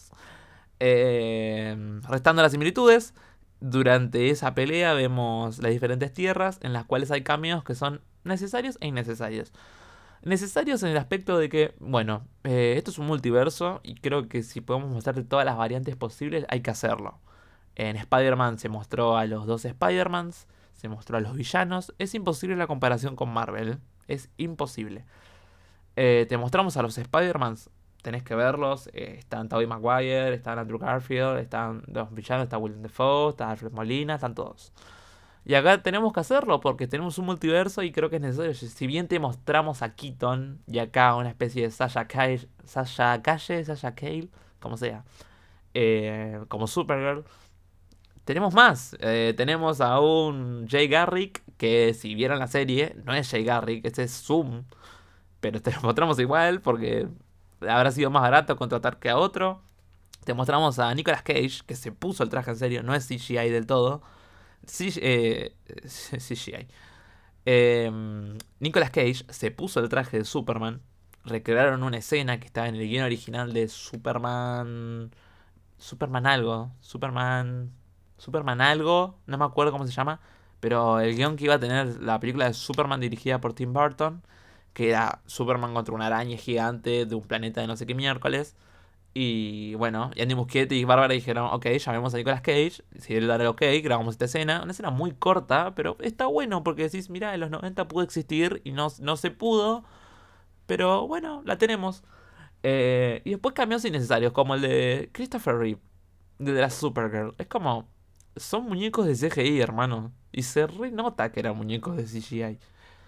Restando las similitudes, durante esa pelea vemos las diferentes tierras en las cuales hay cambios que son necesarios e innecesarios. Necesarios en el aspecto de que, bueno, esto es un multiverso y creo que si podemos mostrarte todas las variantes posibles hay que hacerlo. En Spider-Man se mostró a los dos Spider-Mans, se mostró a los villanos. Es imposible la comparación con Marvel, es imposible. Te mostramos a los Spider-Mans, tenés que verlos. Están Tobey Maguire, están Andrew Garfield, están los villanos, está Willem Dafoe, está Alfred Molina, están todos. Y acá tenemos que hacerlo porque tenemos un multiverso y creo que es necesario. Si bien te mostramos a Keaton y acá una especie de Sasha Cale, como sea, como Supergirl, tenemos más. Tenemos a un Jay Garrick que, si vieron la serie, no es Jay Garrick, ese es Zoom. Pero te lo mostramos igual porque habrá sido más barato contratar que a otro. Te mostramos a Nicolas Cage, que se puso el traje en serio, no es CGI del todo. CGI. Nicolas Cage se puso el traje de Superman. Recrearon una escena que estaba en el guion original de Superman. Superman algo. Superman algo. No me acuerdo cómo se llama. Pero el guion que iba a tener la película de Superman dirigida por Tim Burton, que era Superman contra una araña gigante de un planeta de no sé qué miércoles. Y bueno, Andy Muschietti y Bárbara dijeron: ok, llamemos a Nicolas Cage. Si él da el ok, grabamos esta escena. Una escena muy corta, pero está bueno porque decís: mira, en los 90 pudo existir y no se pudo. Pero bueno, la tenemos. Y después cambios innecesarios, como el de Christopher Reeve, de la Supergirl. Es como, son muñecos de CGI, hermano. Y se re nota que eran muñecos de CGI.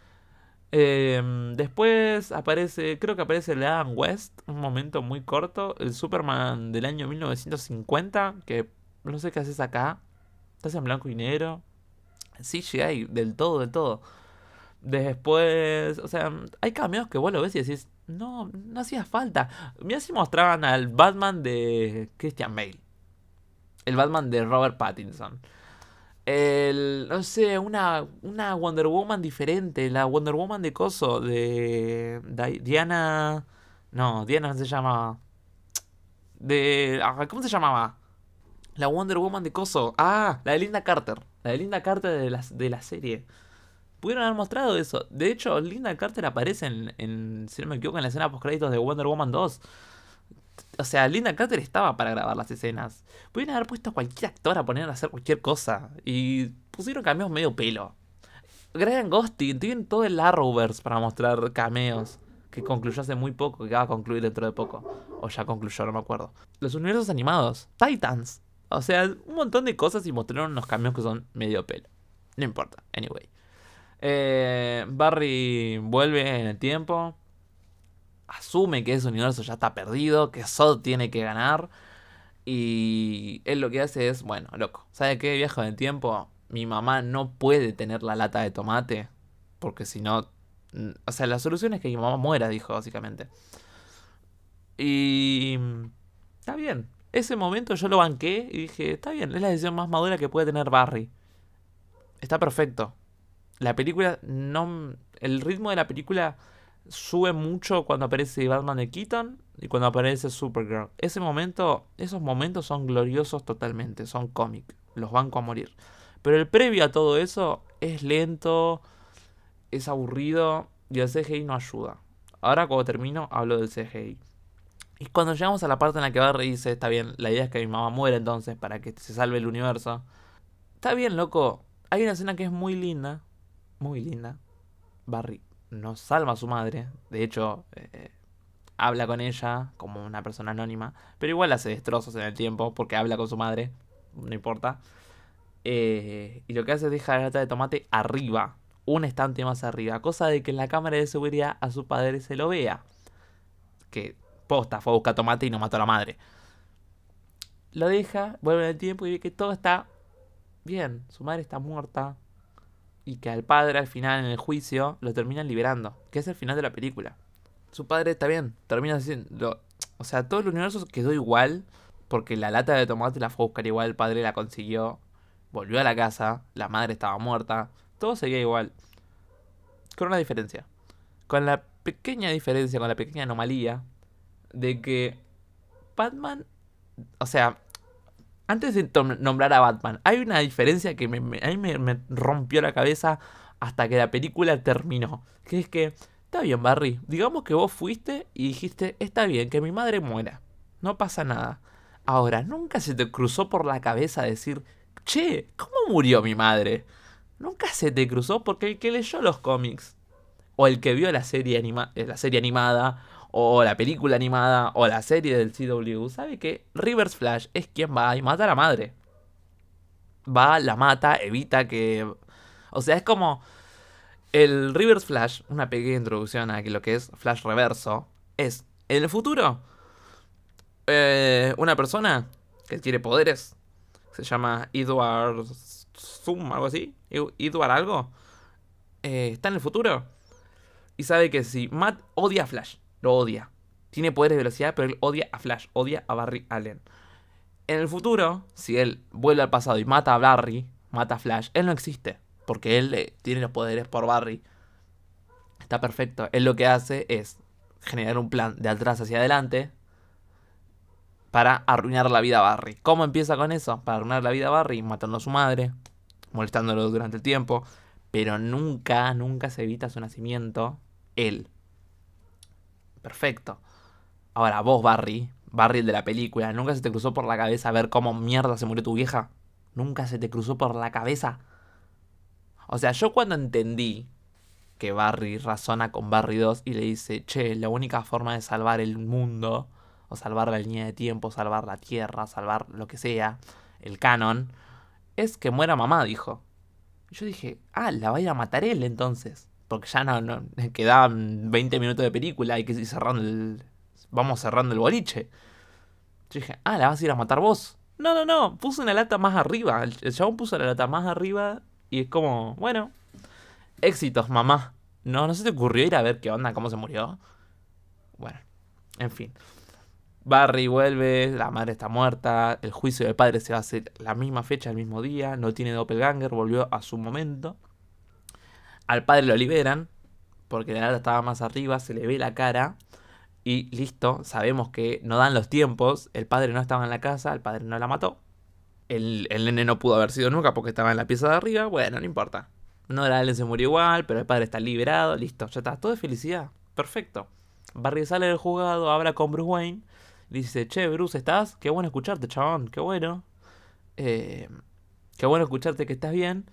Después creo que aparece el Adam West, un momento muy corto, el Superman del año 1950, que no sé qué haces acá, estás en blanco y negro, CGI, del todo, del todo. Después, o sea, hay cameos que vos lo ves y decís: no, no hacía falta. Mirá si mostraban al Batman de Christian Bale, el Batman de Robert Pattinson. No sé, una Wonder Woman diferente. La Wonder Woman de coso. Diana. No, Diana no se llamaba. ¿Cómo se llamaba? La Wonder Woman de coso. Ah, la de Linda Carter. La de Linda Carter de la serie. Pudieron haber mostrado eso. De hecho, Linda Carter aparece si no me equivoco, en la escena post-créditos de Wonder Woman 2. O sea, Linda Carter estaba para grabar las escenas. Pudieron haber puesto a cualquier actor a poner a hacer cualquier cosa. Y pusieron cameos medio pelo. Ryan Gosling, tienen todo el Arrowverse para mostrar cameos. Que concluyó hace muy poco, que va a concluir dentro de poco. O ya concluyó, no me acuerdo. Los universos animados. Titans. O sea, un montón de cosas y mostraron unos cameos que son medio pelo. No importa, anyway. Barry vuelve en el tiempo. Asume que ese universo ya está perdido, que Zod tiene que ganar. Y él lo que hace es, bueno, loco, ¿sabe qué? Viajo en el tiempo. Mi mamá no puede tener la lata de tomate. Porque si no... O sea, la solución es que mi mamá muera, dijo básicamente. Y... Está bien. Ese momento yo lo banqué y dije, está bien, es la decisión más madura que puede tener Barry. Está perfecto. La película no... El ritmo de la película sube mucho cuando aparece Batman de Keaton y cuando aparece Supergirl. Esos momentos son gloriosos totalmente, son cómic, los banco a morir. Pero el previo a todo eso es lento, es aburrido y el CGI no ayuda. Ahora cuando termino hablo del CGI. Y cuando llegamos a la parte en la que Barry dice, está bien, la idea es que mi mamá muera entonces para que se salve el universo. Está bien, loco. Hay una escena que es muy linda. Muy linda. Barry no salva a su madre. De hecho, habla con ella como una persona anónima. Pero igual hace destrozos en el tiempo porque habla con su madre. No importa. Y lo que hace es dejar la lata de tomate arriba. Un estante más arriba. Cosa de que en la cámara de seguridad a su padre se lo vea. Que posta, fue a buscar tomate y no mató a la madre. Lo deja, vuelve en el tiempo y ve que todo está bien. Su madre está muerta. Y que al padre al final en el juicio lo terminan liberando. Que es el final de la película. Su padre está bien. Termina haciendo... O sea, todo el universo quedó igual. Porque la lata de tomate la fue a buscar igual. El padre la consiguió. Volvió a la casa. La madre estaba muerta. Todo seguía igual. Con una diferencia. Con la pequeña diferencia, con la pequeña anomalía. De que Batman... O sea... Antes de nombrar a Batman, hay una diferencia que a mí me rompió la cabeza hasta que la película terminó. Que es que, está bien, Barry, digamos que vos fuiste y dijiste, está bien, que mi madre muera. No pasa nada. Ahora, ¿nunca se te cruzó por la cabeza decir, che, ¿cómo murió mi madre? Nunca se te cruzó porque el que leyó los cómics, o el que vio la serie animada, o la película animada, o la serie del CW, sabe que Reverse Flash es quien va y mata a la madre. Va, la mata, evita que... O sea, es como... El Reverse Flash, una pequeña introducción a lo que es Flash Reverso, es, en el futuro, una persona que tiene poderes, se llama Edward Zoom, algo así, Edward algo, está en el futuro, y sabe que si Matt odia a Flash, lo odia. Tiene poderes de velocidad, pero él odia a Flash, odia a Barry Allen. En el futuro, si él vuelve al pasado y mata a Barry, mata a Flash, él no existe. Porque él tiene los poderes por Barry. Está perfecto. Él lo que hace es generar un plan de atrás hacia adelante para arruinar la vida a Barry. ¿Cómo empieza con eso? Para arruinar la vida a Barry, matando a su madre, molestándolo durante el tiempo. Pero nunca se evita su nacimiento. Él. Perfecto. Ahora vos, Barry el de la película, ¿nunca se te cruzó por la cabeza ver cómo mierda se murió tu vieja? ¿Nunca se te cruzó por la cabeza? O sea, yo cuando entendí que Barry razona con Barry 2 y le dice, che, la única forma de salvar el mundo, o salvar la línea de tiempo, salvar la Tierra, salvar lo que sea, el canon, es que muera mamá, dijo. Y yo dije, la va a ir a matar él entonces. Porque ya no quedaban 20 minutos de película, hay que ir cerrando vamos cerrando el boliche. Yo dije, la vas a ir a matar vos. No, puso una lata más arriba. El chabón puso la lata más arriba y es como, bueno, éxitos, mamá. ¿No se te ocurrió ir a ver qué onda, cómo se murió? Bueno, en fin. Barry vuelve, la madre está muerta, el juicio del padre se va a hacer la misma fecha, el mismo día, no tiene doppelganger, volvió a su momento. Al padre lo liberan, porque la lata estaba más arriba, se le ve la cara. Y listo, sabemos que no dan los tiempos, el padre no estaba en la casa, el padre no la mató. El nene no pudo haber sido nunca porque estaba en la pieza de arriba, bueno, no importa. Nora Allen se murió igual, pero el padre está liberado, listo, ya está, todo de felicidad, perfecto. Barry sale del juzgado, habla con Bruce Wayne, dice, che, Bruce, ¿estás? Qué bueno escucharte, chabón, qué bueno. Eh, Qué bueno escucharte que estás bien.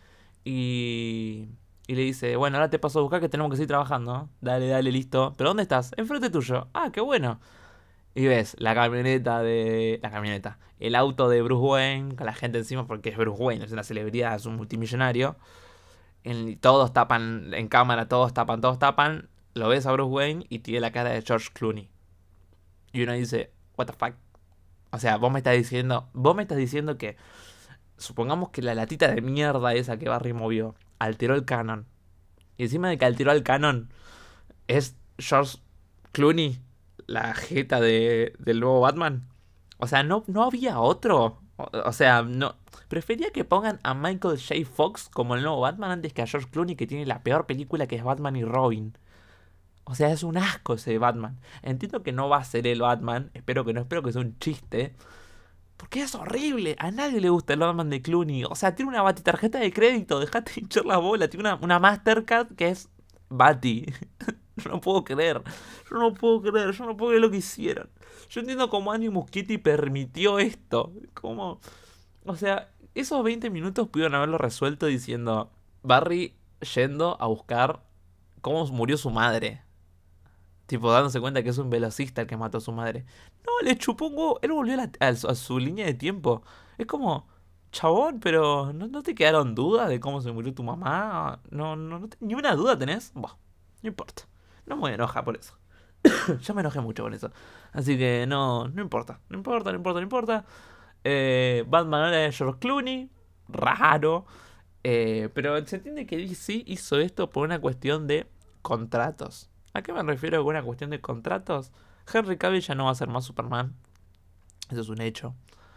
Y, y le dice, bueno, ahora te paso a buscar que tenemos que seguir trabajando, ¿no? Dale, dale, listo. ¿Pero dónde estás? Enfrente tuyo. Ah, qué bueno. Y ves la camioneta de... La camioneta. El auto de Bruce Wayne con la gente encima porque es Bruce Wayne, es una celebridad, es un multimillonario. Todos tapan en cámara, todos tapan, todos tapan. Lo ves a Bruce Wayne y tiene la cara de George Clooney. Y uno dice, what the fuck. O sea, vos me estás diciendo que supongamos que la latita de mierda esa que Barry movió alteró el canon. Y encima de que alteró el canon, es George Clooney, la jeta del nuevo Batman. O sea, no había otro. O sea, no. Prefería que pongan a Michael J. Fox como el nuevo Batman antes que a George Clooney, que tiene la peor película que es Batman y Robin. O sea, es un asco ese Batman. Entiendo que no va a ser el Batman. Espero que sea un chiste. Porque es horrible. A nadie le gusta el Batman de Clooney. O sea, tiene una batitarjeta de crédito. Dejate de hinchar la bola. Tiene una Mastercard que es Bati. Yo no puedo creer. Yo no puedo creer. Yo no puedo creer lo que hicieron. Yo entiendo cómo Andy Muschietti permitió esto. Cómo... O sea, esos 20 minutos pudieron haberlo resuelto diciendo... Barry yendo a buscar cómo murió su madre. Tipo, dándose cuenta que es un velocista el que mató a su madre. No, le chupó un huevo. Él volvió a su línea de tiempo. Es como, chabón, pero ¿no te quedaron dudas de cómo se murió tu mamá? ¿Ni una duda tenés? Buah, no importa. No me enoja por eso. Yo me enojé mucho con eso. Así que no importa. No importa, no importa, no importa. Batman ahora es George Clooney. Raro. Pero se entiende que DC hizo esto por una cuestión de contratos. ¿A qué me refiero con una cuestión de contratos? Henry Cavill ya no va a ser más Superman. Eso es un hecho.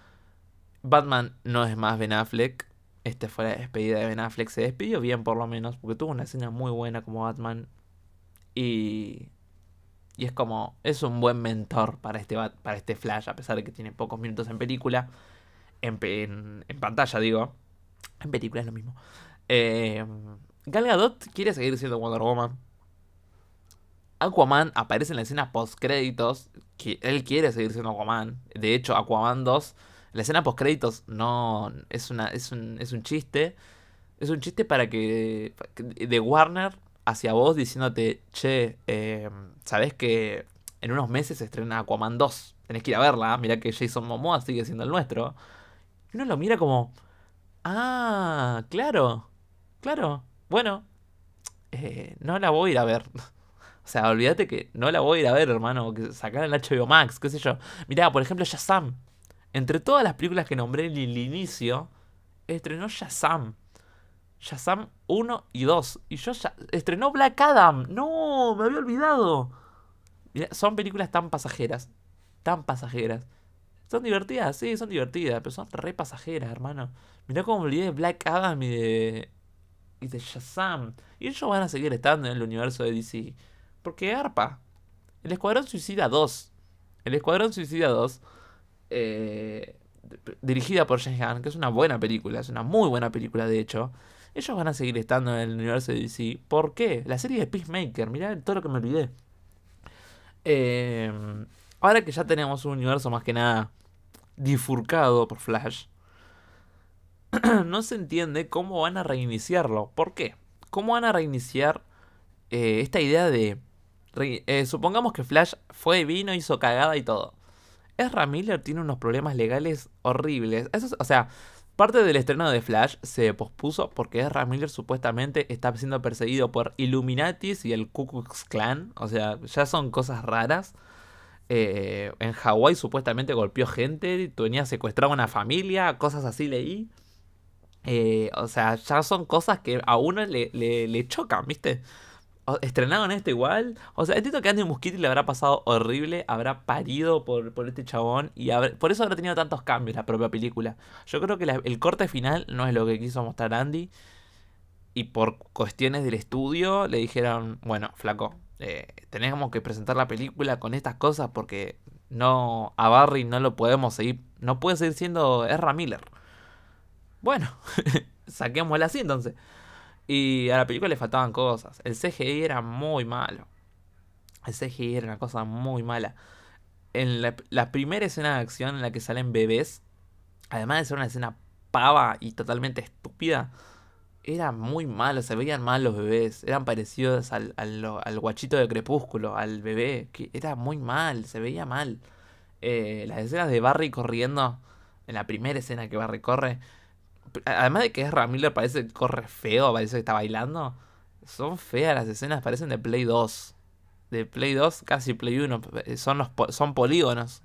Batman no es más Ben Affleck. Este fue la despedida de Ben Affleck. Se despidió bien por lo menos, porque tuvo una escena muy buena como Batman. Y... Y es como... Es un buen mentor para este Flash, a pesar de que tiene pocos minutos en película. En pantalla, digo. En película es lo mismo. Eh, Gal Gadot quiere seguir siendo Wonder Woman. Aquaman aparece en la escena post créditos. Que él quiere seguir siendo Aquaman. De hecho, Aquaman 2, la escena post créditos no es un chiste. Es un chiste para que de Warner hacia vos diciéndote, che, sabés que en unos meses se estrena Aquaman 2. Tenés que ir a verla. Mirá que Jason Momoa sigue siendo el nuestro. Y uno lo mira como, ah, claro, claro. Bueno, no la voy a ir a ver. O sea, olvídate que no la voy a ir a ver, hermano. Que sacar el HBO Max, qué sé yo. Mirá, por ejemplo, Shazam. Entre todas las películas que nombré en el inicio, estrenó Shazam. Shazam 1 y 2. Y estrenó Black Adam. No, me había olvidado. Mirá, son películas tan pasajeras. Tan pasajeras. Son divertidas, sí, son divertidas. Pero son re pasajeras, hermano. Mirá cómo me olvidé de Black Adam y de Shazam. Y ellos van a seguir estando en el universo de DC. Porque Arpa. El Escuadrón Suicida 2. El Escuadrón Suicida 2. Dirigida por James Gunn. Que es una buena película. Es una muy buena película, de hecho. Ellos van a seguir estando en el universo de DC. ¿Por qué? La serie de Peacemaker. Mirá todo lo que me olvidé. Eh, Ahora que ya tenemos un universo más que nada difurcado por Flash. No se entiende cómo van a reiniciarlo. ¿Por qué? ¿Cómo van a reiniciar esta idea de... supongamos que Flash fue, vino, hizo cagada y todo. Ezra Miller tiene unos problemas legales horribles. O sea, parte del estreno de Flash se pospuso porque Ezra Miller supuestamente está siendo perseguido por Illuminatis y el Ku Klux Klan. O sea, ya son cosas raras. En Hawái supuestamente golpeó gente, tenía secuestrado a una familia, cosas así leí. O sea, ya son cosas que a uno le chocan, ¿viste? Estrenaron esto igual. O sea, entiendo que a Andy Muschietti le habrá pasado horrible, habrá parido por este chabón y por eso habrá tenido tantos cambios la propia película. Yo creo que el corte final no es lo que quiso mostrar Andy y por cuestiones del estudio le dijeron, bueno, flaco, tenemos que presentar la película con estas cosas porque no, a Barry no lo podemos seguir, no puede seguir siendo Ezra Miller. Bueno, saquémosla así entonces. Y a la película le faltaban cosas. El CGI era muy malo. El CGI era una cosa muy mala. En la primera escena de acción en la que salen bebés, además de ser una escena pava y totalmente estúpida, era muy malo, se veían mal los bebés, eran parecidos al guachito de Crepúsculo, al bebé, que era muy mal, se veía mal. Las escenas de Barry corriendo, en la primera escena que Barry corre, además de que Ezra Miller parece que corre feo, parece que está bailando, son feas las escenas, parecen de Play 2. De Play 2, casi Play 1, son polígonos.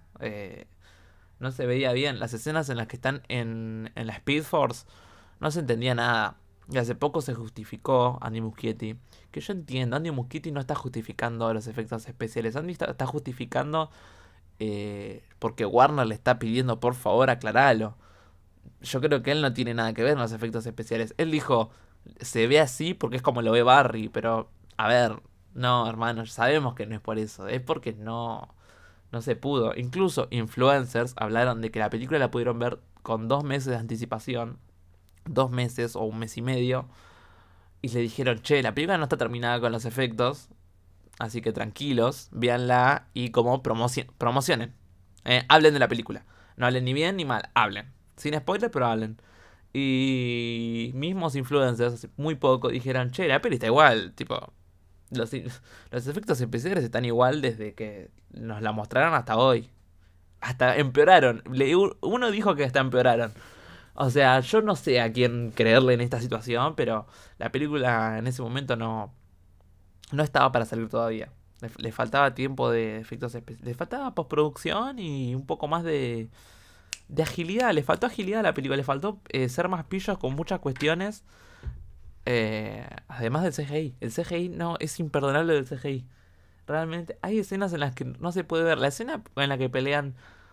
No se veía bien. Las escenas en las que están en la Speed Force no se entendía nada. Y hace poco se justificó Andy Muschietti. Que yo entiendo, Andy Muschietti no está justificando los efectos especiales. Andy está justificando porque Warner le está pidiendo por favor aclaralo. Yo creo que él no tiene nada que ver con los efectos especiales. Él dijo, se ve así porque es como lo ve Barry. Pero, a ver, no, hermano, sabemos que no es por eso. Es porque no se pudo. Incluso influencers hablaron de que la película la pudieron ver con 2 meses de anticipación. 2 meses o un mes y medio. Y le dijeron, che, la película no está terminada con los efectos. Así que tranquilos, véanla y como promocionen. Hablen de la película. No hablen ni bien ni mal, hablen. Sin spoiler, pero hablen. Y mismos influencers, hace muy poco, dijeron, che, la peli está igual. Tipo, los efectos especiales están igual desde que nos la mostraron hasta hoy. Hasta empeoraron. Uno dijo que hasta empeoraron. O sea, yo no sé a quién creerle en esta situación, pero la película en ese momento no estaba para salir todavía. Le faltaba tiempo de efectos especiales. Le faltaba postproducción y un poco más de agilidad. Le faltó agilidad a la película. Le faltó ser más pillos con muchas cuestiones. Además del CGI. El CGI no es imperdonable del CGI. Realmente hay escenas en las que no se puede ver. La escena en la que pelean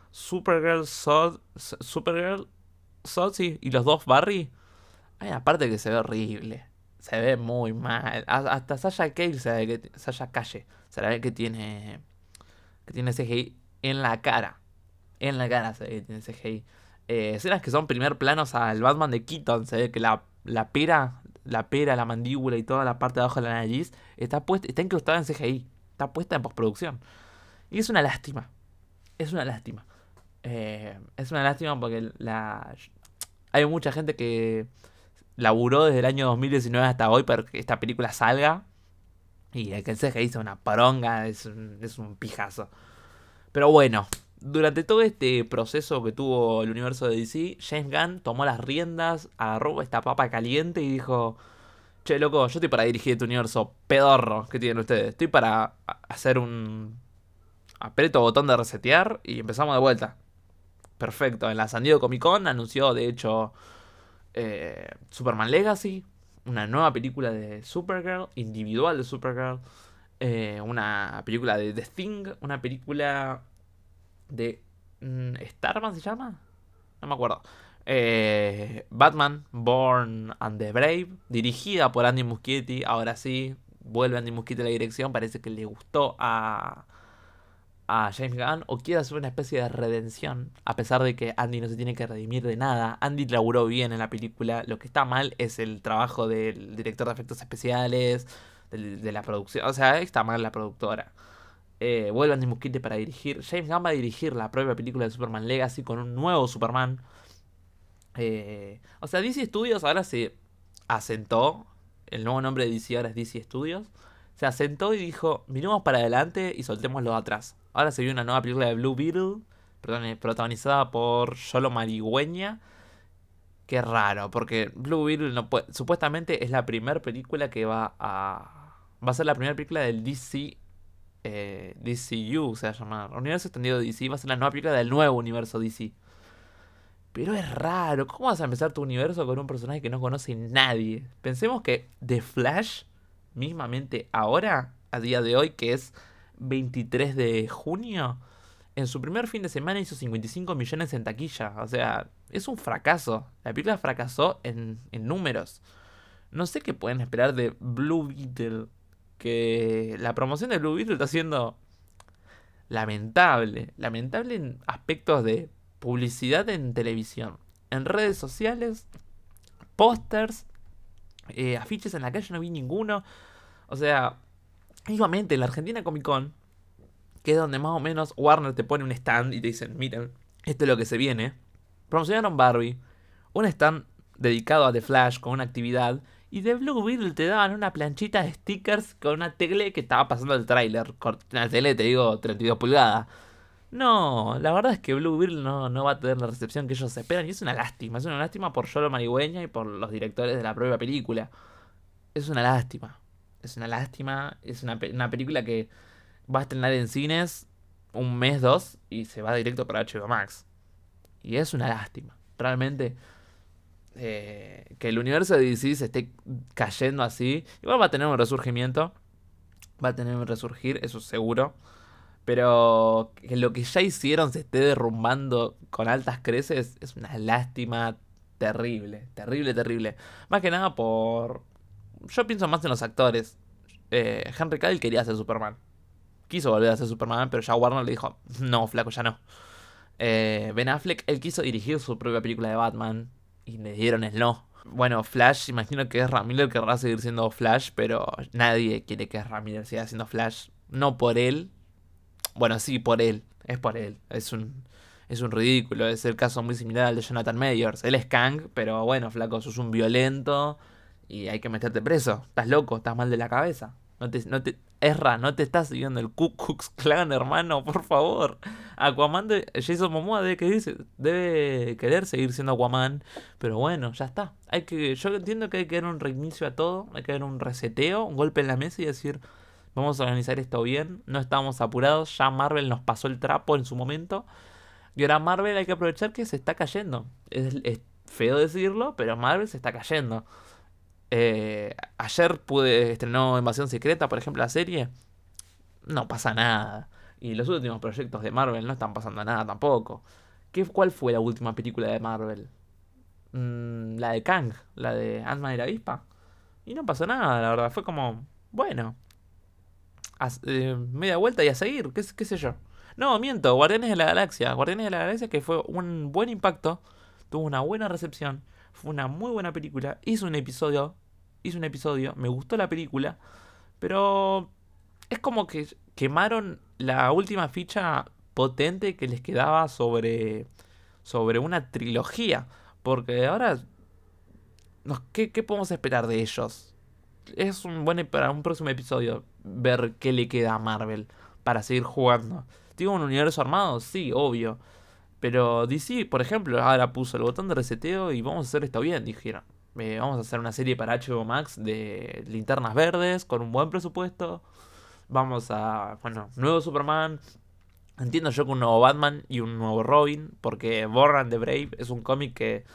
Supergirl, Zod, sí, y los dos Barry. Hay una parte que se ve horrible. Se ve muy mal. Hasta Sasha Cale Sasha Calle se ve que tiene CGI en la cara. En la cara se ve que tiene CGI. Escenas que son primer planos al Batman de Keaton. Se ve que la pera, la mandíbula y toda la parte de abajo de la nariz está incrustada en CGI. Está puesta en postproducción. Y es una lástima. Es una lástima. Es una lástima porque hay mucha gente que laburó desde el año 2019 hasta hoy para que esta película salga. Y el que el CGI hizo una poronga, es un pijazo. Pero bueno, durante todo este proceso que tuvo el universo de DC, James Gunn tomó las riendas, agarró esta papa caliente y dijo: che, loco, yo estoy para dirigir este universo pedorro que tienen ustedes. Estoy para hacer un aprieto botón de resetear y empezamos de vuelta. Perfecto. En la San Diego Comic Con anunció, de hecho, Superman Legacy, una nueva película de Supergirl, individual de Supergirl, una película de The Thing, una película de Starman, ¿se llama? No me acuerdo. Batman, Born and the Brave, dirigida por Andy Muschietti. Ahora sí, vuelve Andy Muschietti a la dirección. Parece que le gustó a James Gunn o quiere hacer una especie de redención, a pesar de que Andy no se tiene que redimir de nada. Andy laburó bien en la película. Lo que está mal es el trabajo del director de efectos especiales, de la producción. O sea, está mal la productora. Vuelve Andy Muschietti para dirigir. James Gunn va a dirigir la propia película de Superman Legacy con un nuevo Superman. O sea, DC Studios ahora se asentó. El nuevo nombre de DC ahora es DC Studios. Se asentó y dijo: miremos para adelante y soltémoslo atrás. Ahora se vio una nueva película de Blue Beetle, protagonizada por Yolo Maridueña. Qué raro, porque Blue Beetle no puede, supuestamente es la primera película que va a ser la primera película del DC. DCU se va a llamar. Universo Extendido DC. Va a ser la nueva película del nuevo universo DC. Pero es raro. ¿Cómo vas a empezar tu universo con un personaje que no conoce nadie? Pensemos que The Flash, mismamente ahora, a día de hoy, que es 23 de junio, en su primer fin de semana hizo 55 millones en taquilla. O sea, es un fracaso. La película fracasó en números. No sé qué pueden esperar de Blue Beetle. Que la promoción de Blue Beetle está siendo lamentable. Lamentable en aspectos de publicidad en televisión, en redes sociales, pósters Afiches en la calle no vi ninguno. O sea, igualmente en la Argentina Comic Con, que es donde más o menos Warner te pone un stand y te dicen, miren, esto es lo que se viene. Promocionaron Barbie, un stand dedicado a The Flash con una actividad, y de Blue Beetle te daban una planchita de stickers con una tele que estaba pasando el tráiler. Una tele, te digo, 32 pulgadas. No, la verdad es que Blue Beetle no va a tener la recepción que ellos esperan, y es una lástima. Es una lástima por Yolo Marihueña y por los directores de la propia película. Es una lástima. Es una lástima. Es una película que va a estrenar en cines un mes, dos, y se va directo para HBO Max. Y es una lástima. Realmente, que el universo de DC se esté cayendo así. Igual va a tener un resurgimiento. Va a tener un resurgir, eso seguro. Pero que lo que ya hicieron se esté derrumbando con altas creces es una lástima terrible. Terrible, terrible. Más que nada por... Yo pienso más en los actores. Henry Cavill quería ser Superman. Quiso volver a ser Superman, pero ya Warner le dijo, no, flaco, ya no. Ben Affleck, él quiso dirigir su propia película de Batman y le dieron el no. Bueno, Flash, imagino que Ezra Miller querrá seguir siendo Flash, pero nadie quiere que Ezra Miller siga siendo Flash. No por él. Bueno, sí, por él. Es por él. Es un ridículo. Es el caso muy similar al de Jonathan Majors. Él es Kang, pero bueno, flaco, sos un violento y hay que meterte preso. Estás loco, estás mal de la cabeza. Ezra, no te estás siguiendo el Ku Klux Klan, hermano, por favor. Aquaman Jason Momoa debe querer seguir siendo Aquaman, pero bueno, ya está. Yo entiendo que hay que dar un reinicio a todo, hay que dar un reseteo, un golpe en la mesa y decir, vamos a organizar esto bien, no estamos apurados, ya Marvel nos pasó el trapo en su momento. Y ahora Marvel hay que aprovechar que se está cayendo. Es feo decirlo, pero Marvel se está cayendo. Ayer estrenó Invasión Secreta, por ejemplo, la serie. No pasa nada. Y los últimos proyectos de Marvel no están pasando nada tampoco. ¿Cuál fue la última película de Marvel? La de Kang, la de Ant-Man y la avispa. Y no pasó nada, la verdad. Fue como, bueno, media vuelta y a seguir, qué sé yo. No, miento, Guardianes de la Galaxia. Guardianes de la Galaxia que fue un buen impacto. Tuvo una buena recepción. Fue una muy buena película. Hizo un episodio, me gustó la película, pero es como que quemaron la última ficha potente que les quedaba sobre una trilogía. Porque ahora, ¿qué podemos esperar de ellos? Es para un próximo episodio ver qué le queda a Marvel para seguir jugando. ¿Tiene un universo armado? Sí, obvio. Pero DC, por ejemplo, ahora puso el botón de reseteo y vamos a hacer esto bien, dijeron. Vamos a hacer una serie para HBO Max de Linternas Verdes con un buen presupuesto. Vamos a, bueno, nuevo Superman. Entiendo yo que un nuevo Batman y un nuevo Robin, porque Born the Brave es un cómic que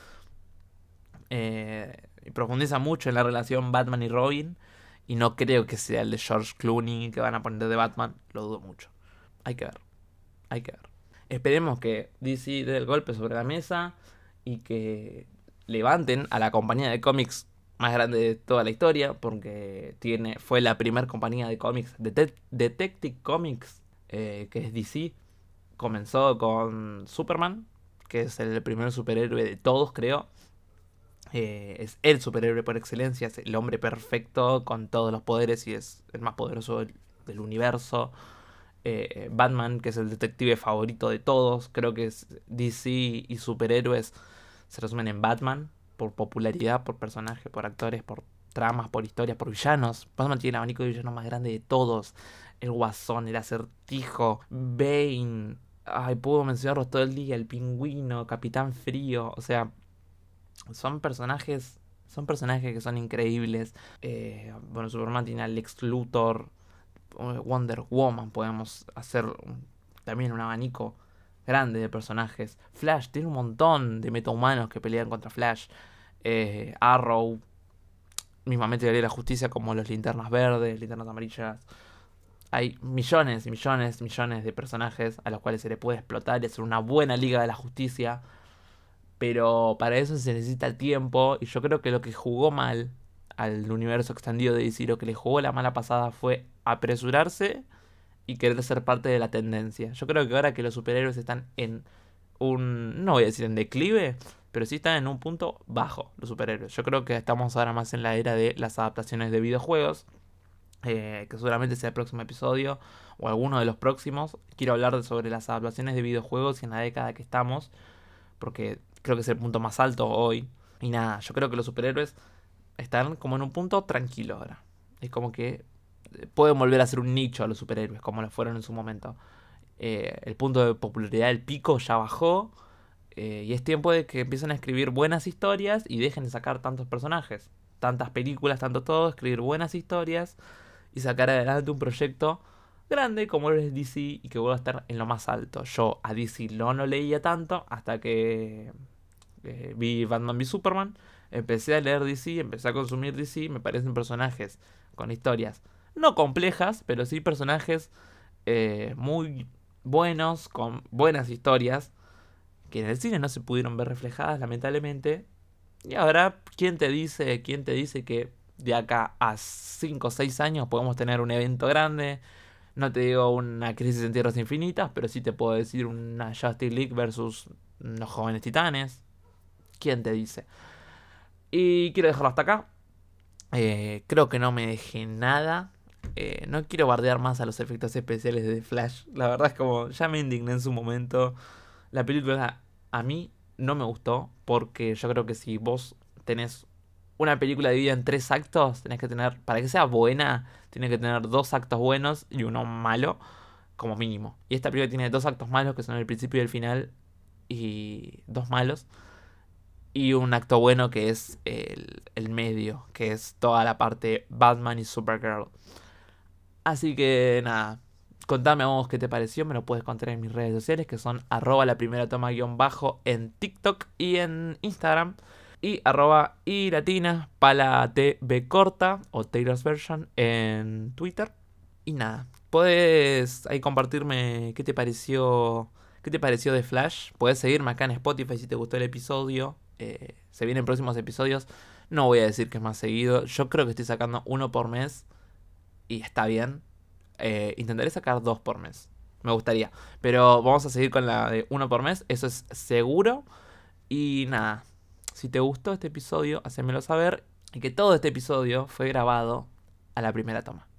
profundiza mucho en la relación Batman y Robin. Y no creo que sea el de George Clooney que van a poner de Batman. Lo dudo mucho. Hay que ver. Hay que ver. Esperemos que DC dé el golpe sobre la mesa y que levanten a la compañía de cómics más grande de toda la historia, porque fue la primera compañía de cómics, Detective Comics, que es DC. Comenzó con Superman, que es el primer superhéroe de todos, creo. Es el superhéroe por excelencia, es el hombre perfecto con todos los poderes y es el más poderoso del universo. Batman, que es el detective favorito de todos. Creo que DC y superhéroes se resumen en Batman, por popularidad, por personaje, por actores, por tramas, por historias, por villanos. Batman tiene el abanico de villanos más grande de todos. El Guasón, el Acertijo, Bane. Ay, puedo mencionarlos todo el día. El Pingüino, Capitán Frío. O sea, son personajes que son increíbles. Bueno, Superman tiene a Lex Luthor, Wonder Woman, podemos hacer también un abanico grande de personajes. Flash tiene un montón de metahumanos que pelean contra Flash. Arrow, mismamente de la Justicia, como los Linternas Verdes, Linternas Amarillas. Hay millones y millones y millones de personajes a los cuales se le puede explotar y hacer una buena Liga de la Justicia. Pero para eso se necesita tiempo. Y yo creo que lo que jugó mal al universo extendido de DC, lo que le jugó la mala pasada fue apresurarse y querer ser parte de la tendencia. Yo creo que ahora que los superhéroes están en no voy a decir en declive, pero sí están en un punto bajo los superhéroes. Yo creo que estamos ahora más en la era de las adaptaciones de videojuegos, que seguramente sea el próximo episodio o alguno de los próximos. Quiero hablar sobre las adaptaciones de videojuegos y en la década que estamos, porque creo que es el punto más alto hoy. Y nada, yo creo que los superhéroes están como en un punto tranquilo ahora. Es como que pueden volver a ser un nicho a los superhéroes, como lo fueron en su momento. El punto de popularidad del pico ya bajó. Y es tiempo de que empiecen a escribir buenas historias y dejen de sacar tantos personajes. Tantas películas, tanto todo. Escribir buenas historias y sacar adelante un proyecto grande como es DC y que vuelva a estar en lo más alto. Yo a DC no lo leía tanto hasta que vi Batman v Superman. Empecé a leer DC, empecé a consumir DC. Me parecen personajes con historias no complejas, pero sí personajes muy buenos, con buenas historias, que en el cine no se pudieron ver reflejadas, lamentablemente. Y ahora, quién te dice que de acá a 5 o 6 años podemos tener un evento grande? No te digo una crisis en tierras infinitas, pero sí te puedo decir una Justice League versus los jóvenes titanes. ¿Quién te dice? Y quiero dejarlo hasta acá. Creo que no me dejé nada. No quiero bardear más a los efectos especiales de The Flash. La verdad es como ya me indigné en su momento. La película a mí no me gustó porque yo creo que si vos tenés una película dividida en 3 actos, tenés que tener, para que sea buena, tiene que tener 2 actos buenos y uno malo, como mínimo. Y esta película tiene 2 actos malos, que son el principio y el final, y 2 malos. Y un acto bueno que es el medio, que es toda la parte Batman y Supergirl. Así que nada, contame a vos qué te pareció, me lo puedes contar en mis redes sociales, que son arroba la primera toma guión bajo en TikTok y en Instagram. Y arroba y latina pala tv corta o Taylor's version en Twitter. Y nada, puedes ahí compartirme qué te pareció de Flash. Puedes seguirme acá en Spotify si te gustó el episodio. Se vienen próximos episodios. No voy a decir que es más seguido. Yo creo que estoy sacando uno por mes y está bien. Intentaré sacar 2 por mes. Me gustaría. Pero vamos a seguir con la de uno por mes. Eso es seguro. Y nada. Si te gustó este episodio, hacémelo saber. Y que todo este episodio fue grabado a la primera toma.